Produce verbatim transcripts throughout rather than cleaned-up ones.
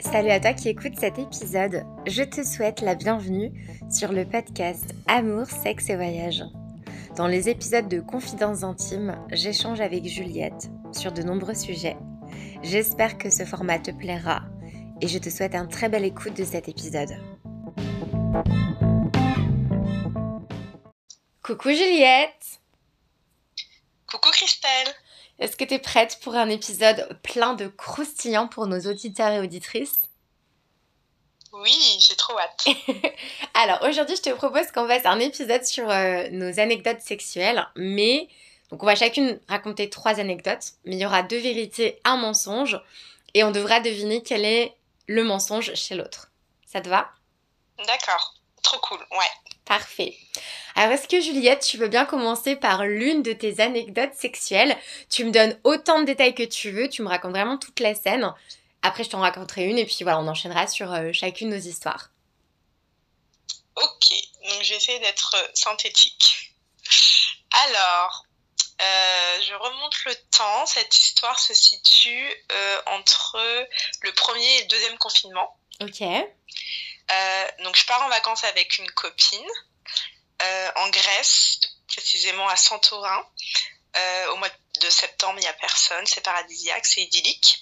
Salut à toi qui écoutes cet épisode. Je te souhaite la bienvenue sur le podcast Amour, sexe et voyage. Dans les épisodes de Confidences intimes, j'échange avec Juliette sur de nombreux sujets. J'espère que ce format te plaira et je te souhaite un très bel écoute de cet épisode. Coucou Juliette! Coucou Christelle! Est-ce que tu es prête pour un épisode plein de croustillants pour nos auditeurs et auditrices? Oui, j'ai trop hâte. Alors aujourd'hui, je te propose qu'on fasse un épisode sur euh, nos anecdotes sexuelles, mais donc on va chacune raconter trois anecdotes, mais il y aura deux vérités, un mensonge, et on devra deviner quel est le mensonge chez l'autre. Ça te va? D'accord, trop cool, ouais. Parfait. Alors est-ce que Juliette, tu veux bien commencer par l'une de tes anecdotes sexuelles? Tu me donnes autant de détails que tu veux, tu me racontes vraiment toute la scène. Après, je t'en raconterai une et puis voilà, on enchaînera sur euh, chacune nos histoires. Ok, donc je vais essayer d'être synthétique. Alors, euh, je remonte le temps. Cette histoire se situe euh, entre le premier et le deuxième confinement. Ok. Euh, donc, je pars en vacances avec une copine euh, en Grèce, précisément à Santorin. Euh, au mois de septembre, il n'y a personne, c'est paradisiaque, c'est idyllique.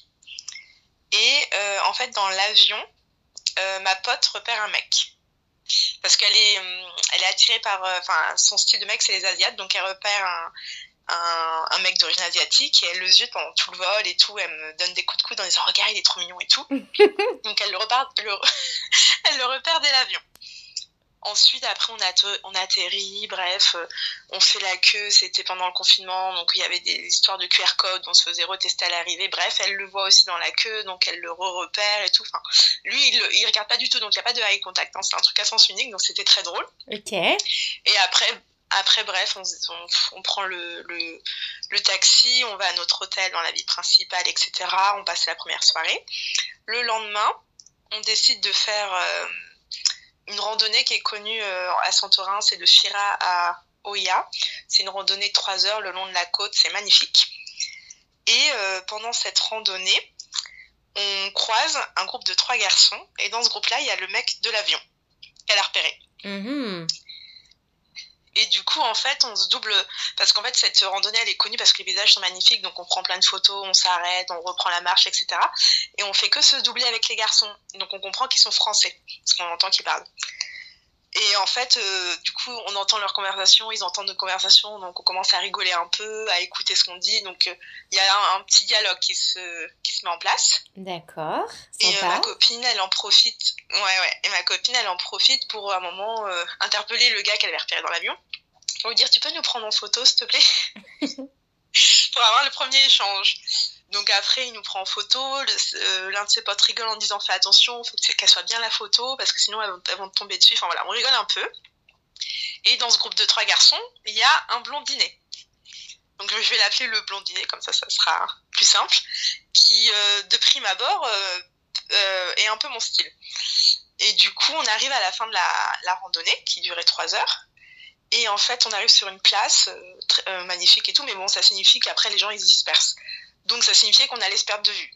Et euh, en fait, dans l'avion, euh, ma pote repère un mec. Parce qu'elle est, elle est attirée par... Enfin, euh, son style de mec, c'est les Asiates. Donc, elle repère un, un, un mec d'origine asiatique. Et elle le ziote pendant tout le vol et tout. Elle me donne des coups de coude en disant « Regarde, il est trop mignon et tout. » Donc, elle le, repère, le, elle le repère dès l'avion. Ensuite, après, on a, on a atterri, bref, euh, on fait la queue, c'était pendant le confinement, donc il y avait des histoires de Q R code, on se faisait retester à l'arrivée, bref, elle le voit aussi dans la queue, donc elle le re-repère et tout, enfin, lui, il, il regarde pas du tout, donc il n'y a pas de eye contact, hein, c'est un truc à sens unique, donc c'était très drôle. Ok. Et après, après bref, on, on, on prend le, le, le taxi, on va à notre hôtel dans la ville principale, et cetera, on passe la première soirée. Le lendemain, on décide de faire... Euh, une randonnée qui est connue euh, à Santorin, c'est de Fira à Oia. C'est une randonnée de trois heures le long de la côte, c'est magnifique. Et euh, pendant cette randonnée, on croise un groupe de trois garçons. Et dans ce groupe-là, il y a le mec de l'avion qu'elle a repéré. Mm-hmm. Et du coup, en fait, on se double... Parce qu'en fait, cette randonnée, elle est connue parce que les paysages sont magnifiques. Donc, on prend plein de photos, on s'arrête, on reprend la marche, et cetera. Et on fait que se doubler avec les garçons. Donc, on comprend qu'ils sont français, parce qu'on entend qu'ils parlent. Et en fait, euh, du coup, on entend leur conversation, ils entendent nos conversations, donc on commence à rigoler un peu, à écouter ce qu'on dit. Donc, il euh, y a un, un petit dialogue qui se, qui se met en place. D'accord. Et euh, ma copine, elle en profite. Ouais, ouais. Et ma copine, elle en profite pour, à un moment, euh, interpeller le gars qu'elle avait repéré dans l'avion. Pour lui dire, tu peux nous prendre en photo, s'il te plaît? Pour avoir le premier échange. Donc après, il nous prend en photo. Le, euh, l'un de ses potes rigole en disant, fais attention, il faut qu'elle soit bien la photo, parce que sinon, elles vont, elles vont te tomber dessus. Enfin voilà, on rigole un peu. Et dans ce groupe de trois garçons, il y a un blondinet. Donc je vais l'appeler le blondinet, comme ça, ça sera plus simple. Qui, euh, de prime abord, euh, euh, est un peu mon style. Et du coup, on arrive à la fin de la, la randonnée, qui durait trois heures. Et en fait, on arrive sur une place euh, très, euh, magnifique et tout, mais bon, ça signifie qu'après, les gens, ils se dispersent. Donc, ça signifiait qu'on allait se perdre de vue.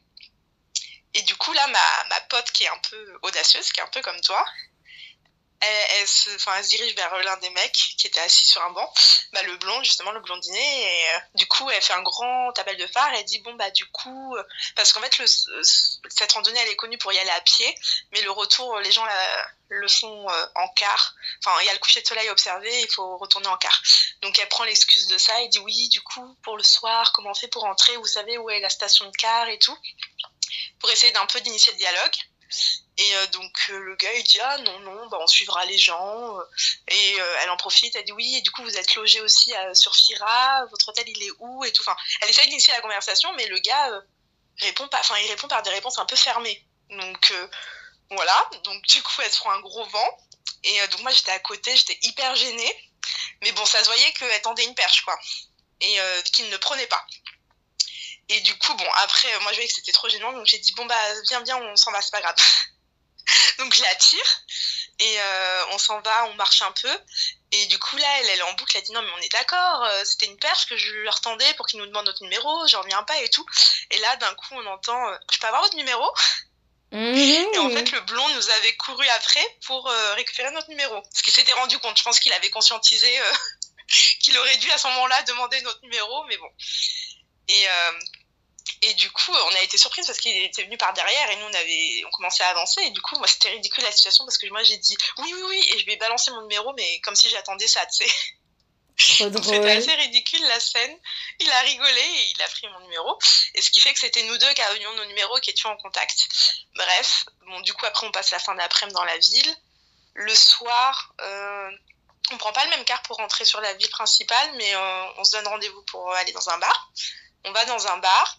Et du coup, là, ma, ma pote, qui est un peu audacieuse, qui est un peu comme toi, elle, elle, se, elle se dirige vers l'un des mecs qui était assis sur un banc, bah, le blond, justement, le blondinet, et euh, du coup, elle fait un grand appel de phare, et elle dit, bon, bah, du coup, euh, parce qu'en fait, le, cette randonnée, elle est connue pour y aller à pied, mais le retour, les gens la, le font euh, en car, enfin, il y a le coucher de soleil à observer, il faut retourner en car. Donc, elle prend l'excuse de ça, et dit, oui, du coup, pour le soir, comment on fait pour rentrer, vous savez où est la station de car et tout, pour essayer d'un peu d'initier le dialogue. Et euh, donc euh, le gars il dit ah non non bah on suivra les gens, et euh, elle en profite, elle dit oui et du coup vous êtes logé aussi à, sur Fira, votre hôtel il est où et tout, enfin elle essaie d'initier la conversation mais le gars euh, répond pas, enfin il répond par des réponses un peu fermées, donc euh, voilà, donc du coup elle se prend un gros vent et euh, donc moi j'étais à côté, j'étais hyper gênée, mais bon ça se voyait qu'elle tendait une perche quoi, et euh, qu'il ne prenait pas. Et du coup bon après moi je voyais que c'était trop gênant, donc j'ai dit bon bah viens viens on s'en va, c'est pas grave. Donc je l'attire et euh, on s'en va, on marche un peu et du coup là elle, elle est en boucle, elle dit non mais on est d'accord, euh, c'était une perche que je leur tendais pour qu'ils nous demandent notre numéro, j'en reviens pas et tout. Et là d'un coup on entend euh, je peux avoir votre numéro? Mmh. Et en fait, le blond nous avait couru après pour euh, récupérer notre numéro. Parce qu'il s'était rendu compte, je pense qu'il avait conscientisé euh, qu'il aurait dû à ce moment-là demander notre numéro, mais bon. Et, euh, et du coup, on a été surprise parce qu'il était venu par derrière et nous, on, avait, on commençait à avancer. Et du coup, moi, c'était ridicule la situation parce que moi, j'ai dit oui, oui, oui, et je lui ai balancé mon numéro, mais comme si j'attendais ça, tu sais. Trop Donc drôle. c'était assez ridicule la scène. Il a rigolé et il a pris mon numéro. Et ce qui fait que c'était nous deux qui avions nos numéros qui étions en contact. Bref, bon, du coup, après, on passe la fin d'après-midi dans la ville. Le soir, euh, on prend pas le même car pour rentrer sur la ville principale, mais euh, on se donne rendez-vous pour aller dans un bar. On va dans un bar.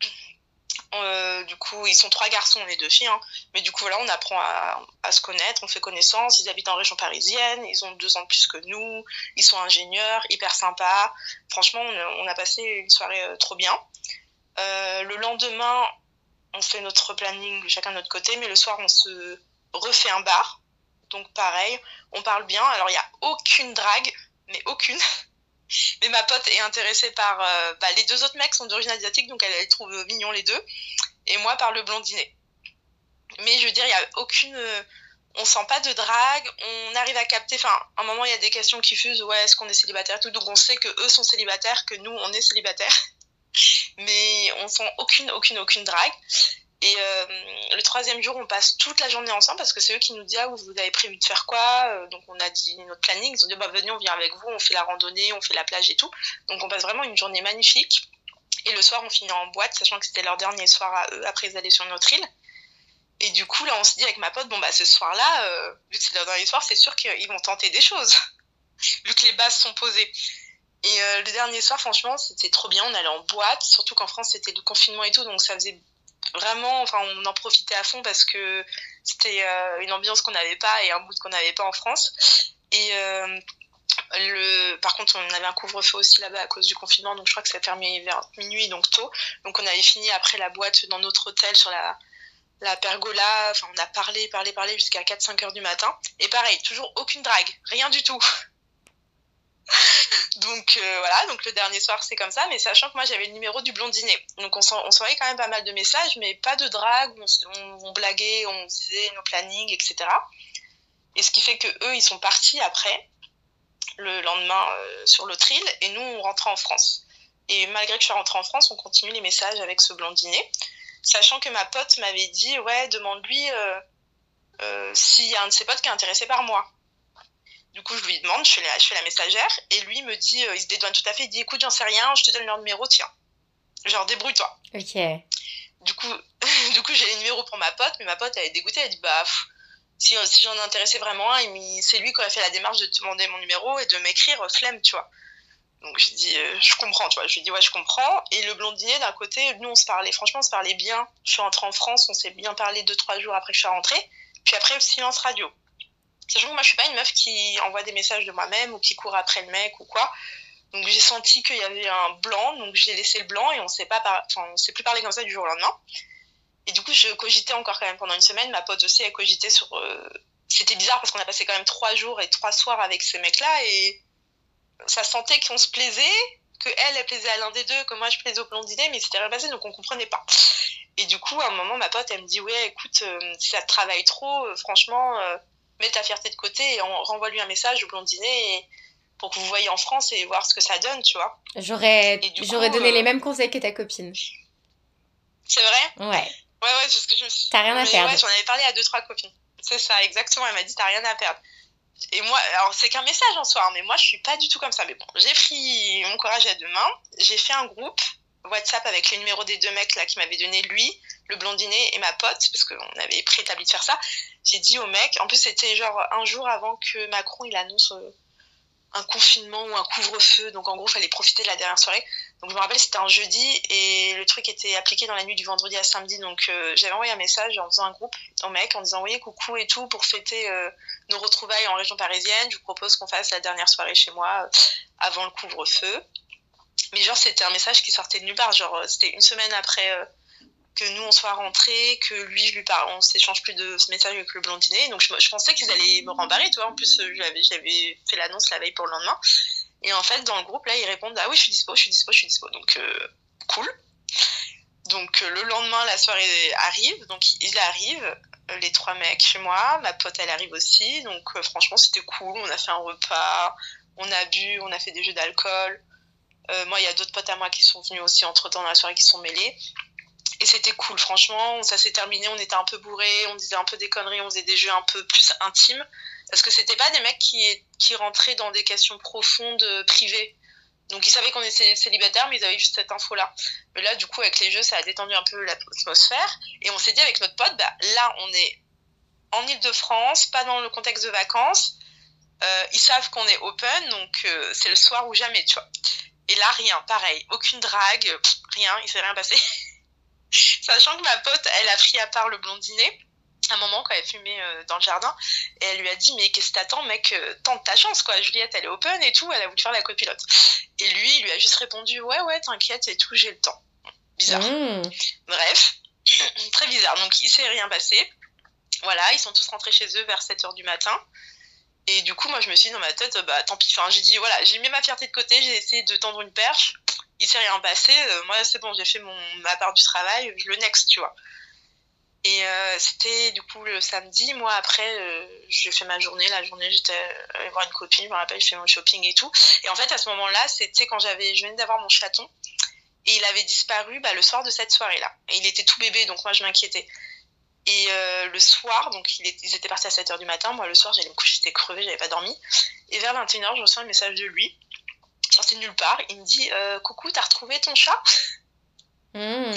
Euh, du coup, ils sont trois garçons, on est deux filles, hein. Mais du coup, voilà, on apprend à, à se connaître, on fait connaissance. Ils habitent en région parisienne, ils ont deux ans de plus que nous, ils sont ingénieurs, hyper sympas. Franchement, on, on a passé une soirée euh, trop bien. Euh, le lendemain, on fait notre planning chacun de notre côté, mais le soir, on se refait un bar. Donc pareil, on parle bien. Alors, il n'y a aucune drague, mais aucune. Mais ma pote est intéressée par... Euh, bah, les deux autres mecs sont d'origine asiatique, donc elle les trouve mignons les deux. Et moi par le blondinet. Mais je veux dire, il n'y a aucune... Euh, on sent pas de drague, on arrive à capter... Enfin, à un moment, il y a des questions qui fusent. Ouais, est-ce qu'on est célibataire et tout. Donc on sait que eux sont célibataires, que nous, on est célibataires. Mais on sent aucune, aucune, aucune drague. Et euh, le troisième jour, on passe toute la journée ensemble parce que c'est eux qui nous disent ah, vous avez prévu de faire quoi. Donc on a dit notre planning, ils ont dit bah venez, on vient avec vous, on fait la randonnée, on fait la plage et tout. Donc on passe vraiment une journée magnifique. Et le soir, on finit en boîte, sachant que c'était leur dernier soir à eux. Après, ils allaient sur notre île. Et du coup, là, on se dit avec ma pote bon bah ce soir-là, euh, vu que c'est leur dernier soir, c'est sûr qu'ils vont tenter des choses, vu que les bases sont posées. Et euh, le dernier soir, franchement, c'était trop bien. On allait en boîte, surtout qu'en France, c'était le confinement et tout, donc ça faisait vraiment, enfin, on en profitait à fond parce que c'était euh, une ambiance qu'on n'avait pas et un mood qu'on n'avait pas en France. Et euh, le, par contre, on avait un couvre-feu aussi là-bas à cause du confinement, donc je crois que ça fermait vers minuit, donc tôt. Donc on avait fini après la boîte dans notre hôtel sur la, la pergola. Enfin, on a parlé, parlé, parlé jusqu'à quatre cinq heures du matin. Et pareil, toujours aucune drague, rien du tout. Donc euh, voilà, donc le dernier soir c'est comme ça, mais sachant que moi j'avais le numéro du blondinet. Donc on s'envoyait quand même pas mal de messages, mais pas de drague, on, on, on blaguait, on disait nos plannings, et cetera. Et ce qui fait que eux ils sont partis après, le lendemain euh, sur l'autre île, et nous on rentrait en France. Et malgré que je sois rentrée en France, on continue les messages avec ce blondinet, sachant que ma pote m'avait dit ouais, demande-lui euh, euh, s'il y a un de ses potes qui est intéressé par moi. Du coup, je lui demande, je fais la, je fais la messagère, et lui me dit, euh, il se dédouane tout à fait, il dit, écoute, j'en sais rien, je te donne leur numéro, tiens. Genre, débrouille-toi. Ok. Du coup, du coup, j'ai les numéros pour ma pote, mais ma pote, elle est dégoûtée, elle dit, bah, pff, si, si j'en ai intéressé vraiment un, c'est lui qui aurait fait la démarche de te demander mon numéro et de m'écrire, euh, flemme, tu vois. Donc, je dis, euh, je comprends, tu vois. Je lui dis, ouais, je comprends. Et le blondinet, d'un côté, nous, on se parlait, franchement, on se parlait bien. Je suis rentrée en France, on s'est bien parlé deux, trois jours après que je suis rentrée. Puis après, silence radio. Sachant que moi, je suis pas une meuf qui envoie des messages de moi-même ou qui court après le mec ou quoi. Donc, j'ai senti qu'il y avait un blanc, donc j'ai laissé le blanc et on s'est pas par... enfin, on s'est plus parlé comme ça du jour au lendemain. Et du coup, je cogitais encore quand même pendant une semaine. Ma pote aussi, elle cogitait sur... Euh... C'était bizarre parce qu'on a passé quand même trois jours et trois soirs avec ces mecs-là et ça sentait qu'on se plaisait, que elle, elle plaisait à l'un des deux, que moi, je plaisais au blondinet, mais c'était rien passé, donc on comprenait pas. Et du coup, à un moment, ma pote, elle me dit, ouais, écoute, euh, si ça te travaille trop, euh, franchement... Euh... mets ta fierté de côté et on renvoie lui un message au blondinet et pour que vous voyez en France et voir ce que ça donne, tu vois. J'aurais, j'aurais coup, donné euh... les mêmes conseils que ta copine. C'est vrai ? Ouais. Ouais, ouais, c'est ce que je me suis... T'as rien Mais à perdre. Ouais, j'en avais parlé à deux, trois copines. C'est ça, exactement. Elle m'a dit, t'as rien à perdre. Et moi, alors c'est qu'un message en soi, hein, mais moi, je suis pas du tout comme ça. Mais bon, j'ai pris mon courage à deux mains. J'ai fait un groupe WhatsApp avec les numéros des deux mecs là qui m'avaient donné, lui, le blondinet et ma pote, parce qu'on avait préétabli de faire ça. J'ai dit au mec, en plus c'était genre un jour avant que Macron il annonce euh, un confinement ou un couvre-feu, donc en gros il fallait profiter de la dernière soirée. Donc je me rappelle c'était un jeudi et le truc était appliqué dans la nuit du vendredi à samedi, donc euh, j'avais envoyé un message en faisant un groupe au mec en disant oui coucou et tout pour fêter euh, nos retrouvailles en région parisienne, je vous propose qu'on fasse la dernière soirée chez moi euh, avant le couvre-feu. Mais genre c'était un message qui sortait de nulle part, genre c'était une semaine après euh, que nous on soit rentrés, que lui je lui parle, on s'échange plus de ce message avec le blondinet, donc je, je pensais qu'ils allaient me rembarrer, tu vois, en plus j'avais, j'avais fait l'annonce la veille pour le lendemain, et en fait dans le groupe là ils répondent ah oui je suis dispo, je suis dispo, je suis dispo, donc euh, cool. donc le lendemain, la soirée arrive, donc ils arrivent, les trois mecs chez moi, ma pote elle arrive aussi, donc euh, franchement c'était cool, on a fait un repas, on a bu, on a fait des jeux d'alcool. Euh, moi il y a d'autres potes à moi qui sont venus aussi entre temps dans la soirée qui sont mêlés. Et c'était cool, franchement, ça s'est terminé, on était un peu bourrés, on disait un peu des conneries, on faisait des jeux un peu plus intimes. Parce que c'était pas des mecs qui, qui rentraient dans des questions profondes, euh, privées. Donc ils savaient qu'on était célibataires, mais ils avaient juste cette info-là. Mais là, du coup, avec les jeux, ça a détendu un peu l'atmosphère. Et on s'est dit avec notre pote, bah là, on est en Île-de-France, pas dans le contexte de vacances. Euh, ils savent qu'on est open, donc euh, c'est le soir ou jamais, tu vois. Et là, rien, pareil, aucune drague, pff, rien, il s'est rien passé. Sachant que ma pote, elle a pris à part le blondinet, un moment quand elle fumait euh, dans le jardin, et elle lui a dit mais qu'est-ce que t'attends mec, euh, tente ta chance quoi, Juliette elle est open et tout, elle a voulu faire la copilote. Et lui il lui a juste répondu ouais ouais t'inquiète et tout, j'ai le temps. Bizarre. Mmh. Bref, très bizarre, donc il s'est rien passé. Voilà, ils sont tous rentrés chez eux vers sept heures du matin. Et du coup moi je me suis dit dans ma tête bah tant pis, enfin j'ai dit voilà, j'ai mis ma fierté de côté, j'ai essayé de tendre une perche, il s'est rien passé, euh, moi c'est bon, j'ai fait mon, ma part du travail, le next tu vois. Et euh, c'était du coup le samedi, moi après euh, j'ai fait ma journée, la journée j'étais allée voir une copine, je me rappelle, j'ai fait mon shopping et tout. Et en fait à ce moment-là, c'était quand j'avais, je venais d'avoir mon chaton, et il avait disparu bah, le soir de cette soirée-là. Et il était tout bébé, donc moi je m'inquiétais. Et euh, le soir, donc il est, ils étaient partis à sept heures du matin, moi le soir j'allais me coucher, j'étais crevée, j'avais pas dormi. Et vers vingt et une heures, je reçois un message de lui, sorti de nulle part, il me dit euh, « Coucou, t'as retrouvé ton chat ?» Mmh.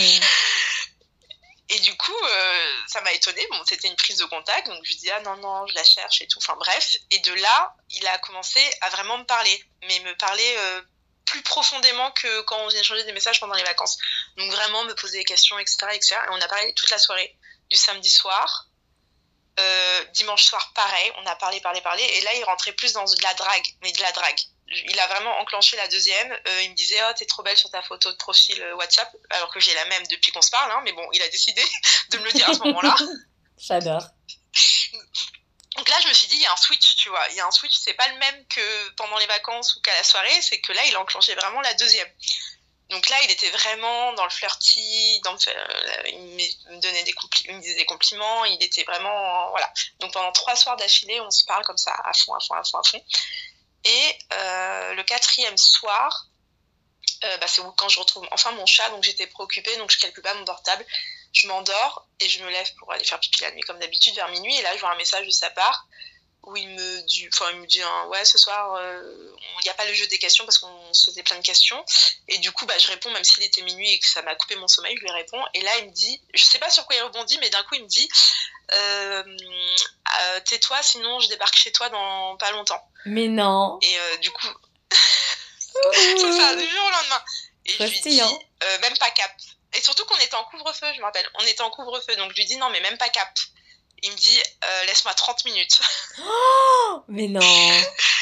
Et du coup, euh, ça m'a étonnée. Bon, c'était une prise de contact, donc je lui dis ah non non, je la cherche et tout. Enfin bref. Et de là, il a commencé à vraiment me parler, mais me parler euh, plus profondément que quand on vient échanger des messages pendant les vacances. Donc vraiment me poser des questions, et cetera, et cetera. Et on a parlé toute la soirée, du samedi soir, euh, dimanche soir, pareil. On a parlé, parlé, parlé. Et là, il rentrait plus dans de la drague, mais de la drague. Il a vraiment enclenché la deuxième. Euh, il me disait oh t'es trop belle sur ta photo de profil WhatsApp, alors que j'ai la même depuis qu'on se parle, hein, mais bon il a décidé de me le dire à ce moment-là. J'adore. Donc là je me suis dit il y a un switch, tu vois, il y a un switch, c'est pas le même que pendant les vacances ou qu'à la soirée, c'est que là il a enclenché vraiment la deuxième. Donc là il était vraiment dans le flirty, dans le, euh, il me donnait des compli- il me disait des compliments, il était vraiment voilà. Donc pendant trois soirs d'affilée on se parle comme ça à fond, à fond, à fond, à fond. Et euh, le quatrième soir, euh, bah, c'est quand je retrouve enfin mon chat, donc j'étais préoccupée, donc je calcule pas mon portable, je m'endors et je me lève pour aller faire pipi la nuit comme d'habitude vers minuit, et là je vois un message de sa part où il me dit, enfin il me dit hein, ouais ce soir il euh, n'y a pas le jeu des questions parce qu'on se faisait plein de questions, et du coup bah je réponds même s'il était minuit et que ça m'a coupé mon sommeil, je lui réponds, et là il me dit, je sais pas sur quoi il rebondit, mais d'un coup il me dit euh, euh, tais-toi sinon je débarque chez toi dans pas longtemps. Mais non. Et euh, du coup c'est ça, du jour au lendemain. Et je lui dis euh, même pas cap. Et surtout qu'on était en couvre-feu, je me rappelle, on était en couvre-feu, donc je lui dis non mais même pas cap. Il me dit euh, laisse-moi trente minutes. Oh, mais non.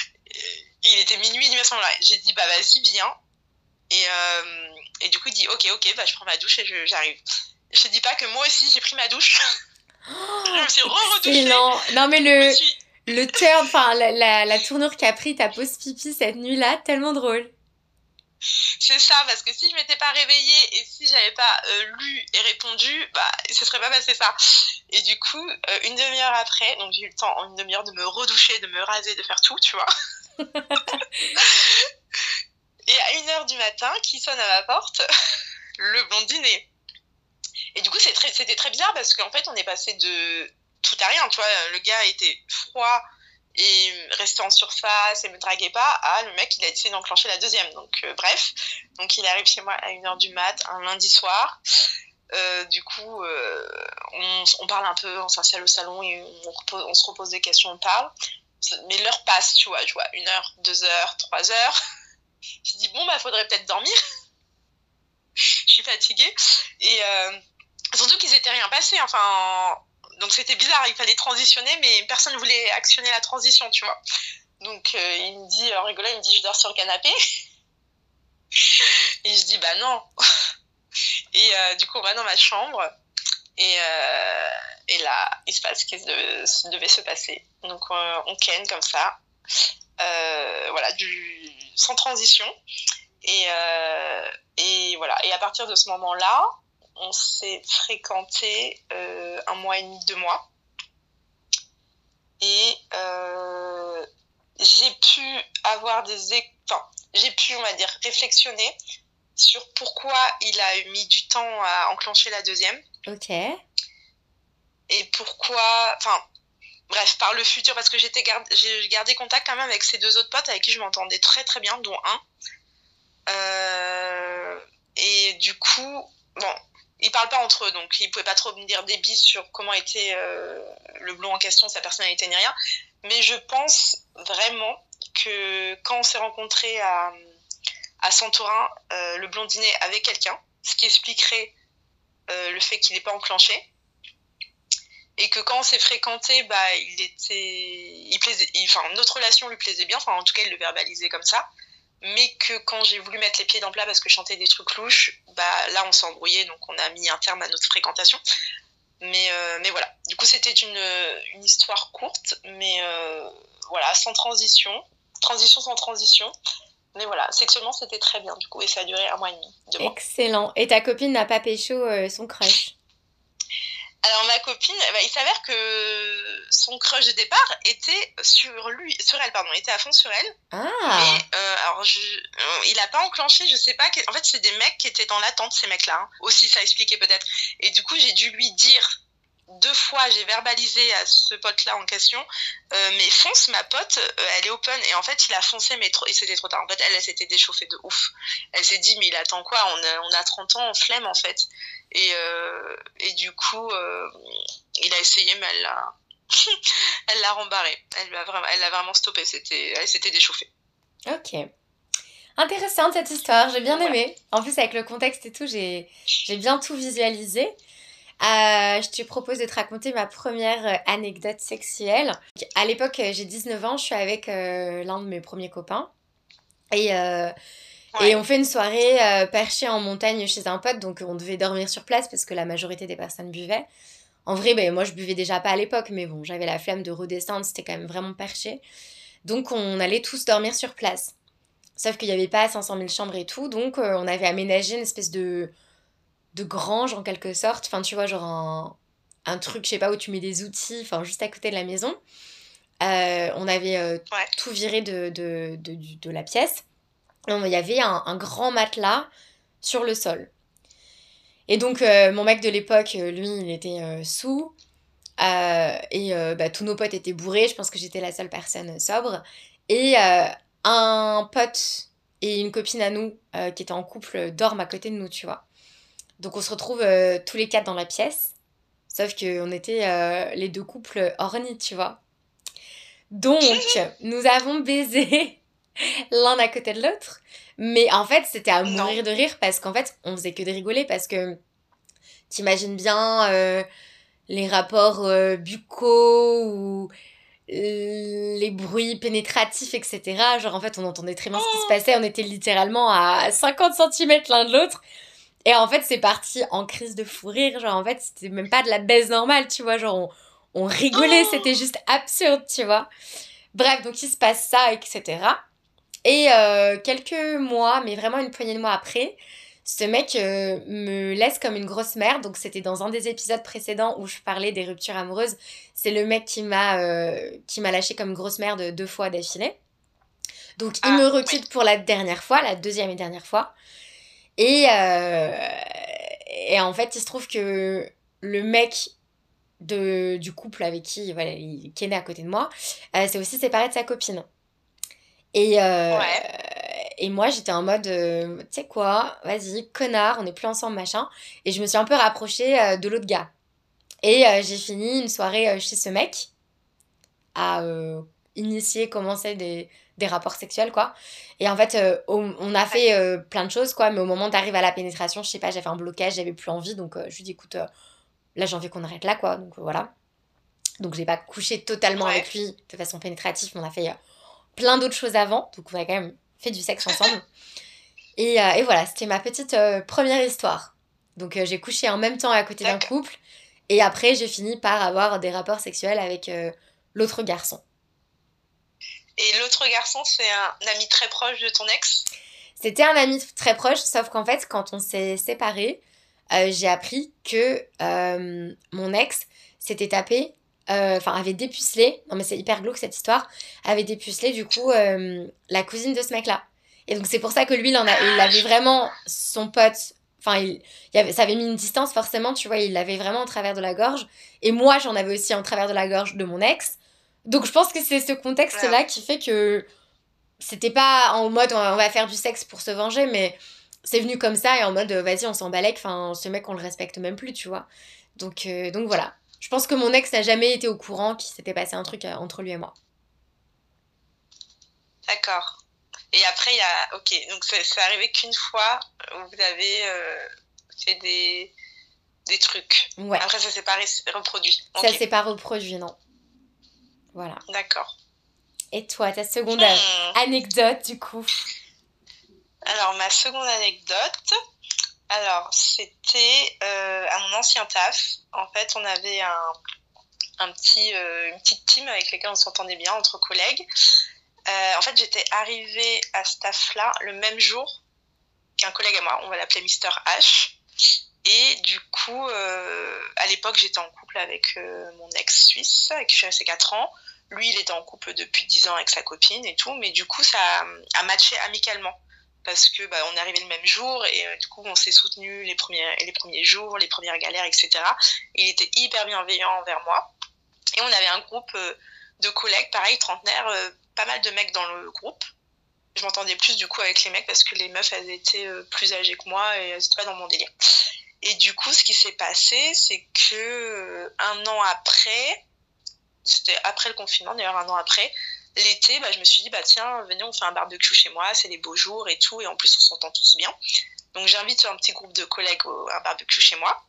Il était minuit, il me semble. J'ai dit bah vas-y viens. Et, euh, et du coup il dit ok ok bah je prends ma douche et je, j'arrive. Je te dis pas que moi aussi j'ai pris ma douche. Oh, je me suis re-redouchée. Non mais le suis... le turn, enfin la, la, la tournure qu'a pris ta pause pipi cette nuit-là, tellement drôle. C'est ça, parce que si je m'étais pas réveillée et si j'avais pas euh, lu et répondu, bah ça serait pas passé ça. Et du coup, euh, une demi-heure après, donc j'ai eu le temps en une demi-heure de me redoucher, de me raser, de faire tout, tu vois. Et à une heure du matin, qui sonne à ma porte, le blondinet. Et du coup, c'est très, c'était très bizarre parce qu'en fait, on est passé de tout à rien, tu vois. Le gars était froid et restait en surface et me draguait pas, à le mec il a décidé d'enclencher la deuxième, donc euh, bref, donc il arrive chez moi à une heure du mat un lundi soir. Euh, du coup euh, on, on parle un peu, on s'installe au salon et on, repose, on se repose des questions, on parle, mais l'heure passe, tu vois, je vois une heure, deux heures, trois heures. Je dis bon bah faudrait peut-être dormir. Je suis fatiguée, et euh, surtout qu'ils étaient rien passé, enfin donc c'était bizarre, il fallait transitionner, mais personne ne voulait actionner la transition, tu vois. Donc euh, il me dit, en rigolant, il me dit je dors sur le canapé. Et je dis bah non. Et euh, du coup on va dans ma chambre, et, euh, et là il se passe ce qui de, devait se passer. Donc euh, on ken comme ça, euh, voilà, du, sans transition. Et, euh, et voilà. Et à partir de ce moment-là, on s'est fréquenté euh, un mois et demi, deux mois. Et euh, j'ai pu avoir des... Enfin, j'ai pu, on va dire, réflexionner sur pourquoi il a mis du temps à enclencher la deuxième. Ok. Et pourquoi... Enfin, bref, par le futur, parce que j'étais gard... j'ai gardé contact quand même avec ces deux autres potes avec qui je m'entendais très très bien, dont un. Euh... Et du coup, bon, ils parlent pas entre eux, donc ils pouvaient pas trop me dire des bises sur comment était euh, le blond en question, sa personnalité ni rien. Mais je pense vraiment que quand on s'est rencontrés à, à Santorin, euh, le blondinet avec quelqu'un, ce qui expliquerait euh, le fait qu'il n'est pas enclenché. Et que quand on s'est fréquenté, bah, il était, il plaisait, il, enfin, notre relation lui plaisait bien, enfin, en tout cas, il le verbalisait comme ça. Mais que quand j'ai voulu mettre les pieds dans le plat parce que je chantais des trucs louches, bah, là, on s'est embrouillé, donc on a mis un terme à notre fréquentation. Mais, euh, mais voilà. Du coup, c'était une, une histoire courte, mais euh, voilà, sans transition. Transition sans transition. Mais voilà, sexuellement, c'était très bien, du coup, et ça a duré un mois et demi, deux mois. Excellent. Et ta copine n'a pas pécho euh, son crush? Alors ma copine, bah, il s'avère que son crush de départ était sur lui, sur elle, pardon, était à fond sur elle. Ah. Mais euh, alors je, euh, il a pas enclenché, je sais pas. En fait, c'est des mecs qui étaient dans l'attente, ces mecs-là. Hein. Aussi, ça expliquait peut-être. Et du coup, j'ai dû lui dire deux fois, j'ai verbalisé à ce pote-là en question, euh, mais fonce, ma pote, euh, elle est open. Et en fait, il a foncé, mais trop, et c'était trop tard. En fait, elle, elle s'était déchauffée de ouf. Elle s'est dit, mais il attend quoi? On a, on a trente ans, on flemme en fait. Et, euh, et du coup, euh, il a essayé, mais elle l'a, elle l'a rembarré. Elle l'a vraiment, elle l'a vraiment stoppé. C'était, elle s'était déchauffée. Ok. Intéressante cette histoire, j'ai bien Ouais. aimé. En plus, avec le contexte et tout, j'ai, j'ai bien tout visualisé. Euh, je te propose de te raconter ma première anecdote sexuelle. À l'époque, j'ai dix-neuf ans, je suis avec euh, l'un de mes premiers copains. Et, euh, Ouais. et on fait une soirée euh, perchée en montagne chez un pote, donc on devait dormir sur place parce que la majorité des personnes buvaient. En vrai, ben, moi je buvais déjà pas à l'époque, mais bon, j'avais la flemme de redescendre, c'était quand même vraiment perché. Donc on allait tous dormir sur place. Sauf qu'il n'y avait pas cinq cent mille chambres et tout, donc euh, on avait aménagé une espèce de, de grange en quelque sorte. Enfin, tu vois, genre un, un truc, je sais pas, où tu mets des outils, enfin, juste à côté de la maison. Euh, on avait euh, Ouais. tout viré de, de, de, de, de la pièce. Et il y avait un, un grand matelas sur le sol. Et donc, euh, mon mec de l'époque, euh, lui, il était euh, sous. Euh, et euh, bah, tous nos potes étaient bourrés. Je pense que j'étais la seule personne sobre. Et euh, un pote et une copine à nous, euh, qui étaient en couple, dorment à côté de nous, tu vois. Donc, on se retrouve euh, tous les quatre dans la pièce. Sauf qu'on était euh, les deux couples ornis, tu vois. Donc, nous avons baisé l'un à côté de l'autre. Mais en fait, c'était à mourir Non. de rire parce qu'en fait, on faisait que de rigoler parce que t'imagines bien euh, les rapports euh, buccaux ou les bruits pénétratifs, et cetera. Genre, en fait, on entendait très bien ce qui se passait. On était littéralement à cinquante centimètres l'un de l'autre. Et en fait, c'est parti en crise de fou rire. Genre, en fait, c'était même pas de la baise normale, tu vois. Genre, on, on rigolait, c'était juste absurde, tu vois. Bref, donc il se passe ça, et cetera. Et euh, quelques mois, mais vraiment une poignée de mois après, ce mec euh, me laisse comme une grosse merde. Donc c'était dans un des épisodes précédents où je parlais des ruptures amoureuses. C'est le mec qui m'a euh, qui m'a lâché comme grosse merde deux fois d'affilée. Donc il Ah, me requitte oui. pour la dernière fois, la deuxième et dernière fois. Et, euh, et en fait, il se trouve que le mec de, du couple avec qui, voilà, il, qui est né à côté de moi, euh, s'est aussi séparé de sa copine. Et, euh, Ouais. et moi, j'étais en mode, euh, tu sais quoi, vas-y, connard, on n'est plus ensemble, machin. Et je me suis un peu rapprochée euh, de l'autre gars. Et euh, j'ai fini une soirée euh, chez ce mec, à euh, initier, commencer des, des rapports sexuels, quoi. Et en fait, euh, on, on a fait euh, plein de choses, quoi. Mais au moment d'arriver à la pénétration, je sais pas, j'avais un blocage, j'avais plus envie. Donc euh, je lui dis, écoute, euh, là, j'ai envie qu'on arrête là, quoi. Donc euh, voilà. Donc j'ai pas couché totalement Ouais. avec lui de façon pénétrative, mais on a fait euh, plein d'autres choses avant. Donc on a quand même fait du sexe ensemble. et, euh, et voilà, c'était ma petite euh, première histoire. Donc euh, j'ai couché en même temps à côté d'un D'accord. couple. Et après, j'ai fini par avoir des rapports sexuels avec euh, l'autre garçon. Et l'autre garçon, c'est un ami très proche de ton ex? C'était un ami très proche, sauf qu'en fait, quand on s'est séparés, euh, j'ai appris que euh, mon ex s'était tapé, enfin euh, avait dépucelé, non mais c'est hyper glauque cette histoire, avait dépucelé du coup euh, la cousine de ce mec-là. Et donc c'est pour ça que lui, il, en a, il avait vraiment son pote, enfin il, il avait, ça avait mis une distance forcément, tu vois, il l'avait vraiment en travers de la gorge. Et moi, j'en avais aussi en travers de la gorge de mon ex. Donc je pense que c'est ce contexte-là qui fait que c'était pas en mode on va faire du sexe pour se venger, mais c'est venu comme ça et en mode vas-y, on s'en balèque, enfin ce mec on le respecte même plus, tu vois. Donc, euh, donc voilà. Je pense que mon ex n'a jamais été au courant qu'il s'était passé un truc entre lui et moi. D'accord. Et après, il y a... Ok, donc c'est, c'est arrivé qu'une fois où vous avez euh, fait des, des trucs. Ouais. Après, ça s'est pas reproduit. Ça okay. s'est pas reproduit, non. Voilà. D'accord. Et toi, ta seconde hmm. anecdote, du coup? Alors, ma seconde anecdote, alors, c'était euh, à mon ancien taf. En fait, on avait un, un petit, euh, une petite team avec laquelle on s'entendait bien, entre collègues. Euh, en fait, j'étais arrivée à ce taf-là le même jour qu'un collègue à moi. On va l'appeler mister H. Et du coup, euh, à l'époque, j'étais en couple avec euh, mon ex-suisse, avec qui je suis restée quatre ans. Lui, il était en couple depuis dix ans avec sa copine et tout. Mais du coup, ça a, a matché amicalement. Parce que bah, on est arrivé le même jour et euh, du coup, on s'est soutenus les premiers, les premiers jours, les premières galères, et cetera. Il était hyper bienveillant envers moi. Et on avait un groupe euh, de collègues, pareil, trentenaires, euh, pas mal de mecs dans le groupe. Je m'entendais plus du coup avec les mecs parce que les meufs, elles étaient euh, plus âgées que moi et elles étaient pas dans mon délire. Et du coup, ce qui s'est passé, c'est que euh, un an après, c'était après le confinement, d'ailleurs un an après, l'été, bah, je me suis dit, bah tiens, venez, on fait un barbecue chez moi, c'est les beaux jours et tout, et en plus on s'entend tous bien. Donc j'invite un petit groupe de collègues au, à un barbecue chez moi.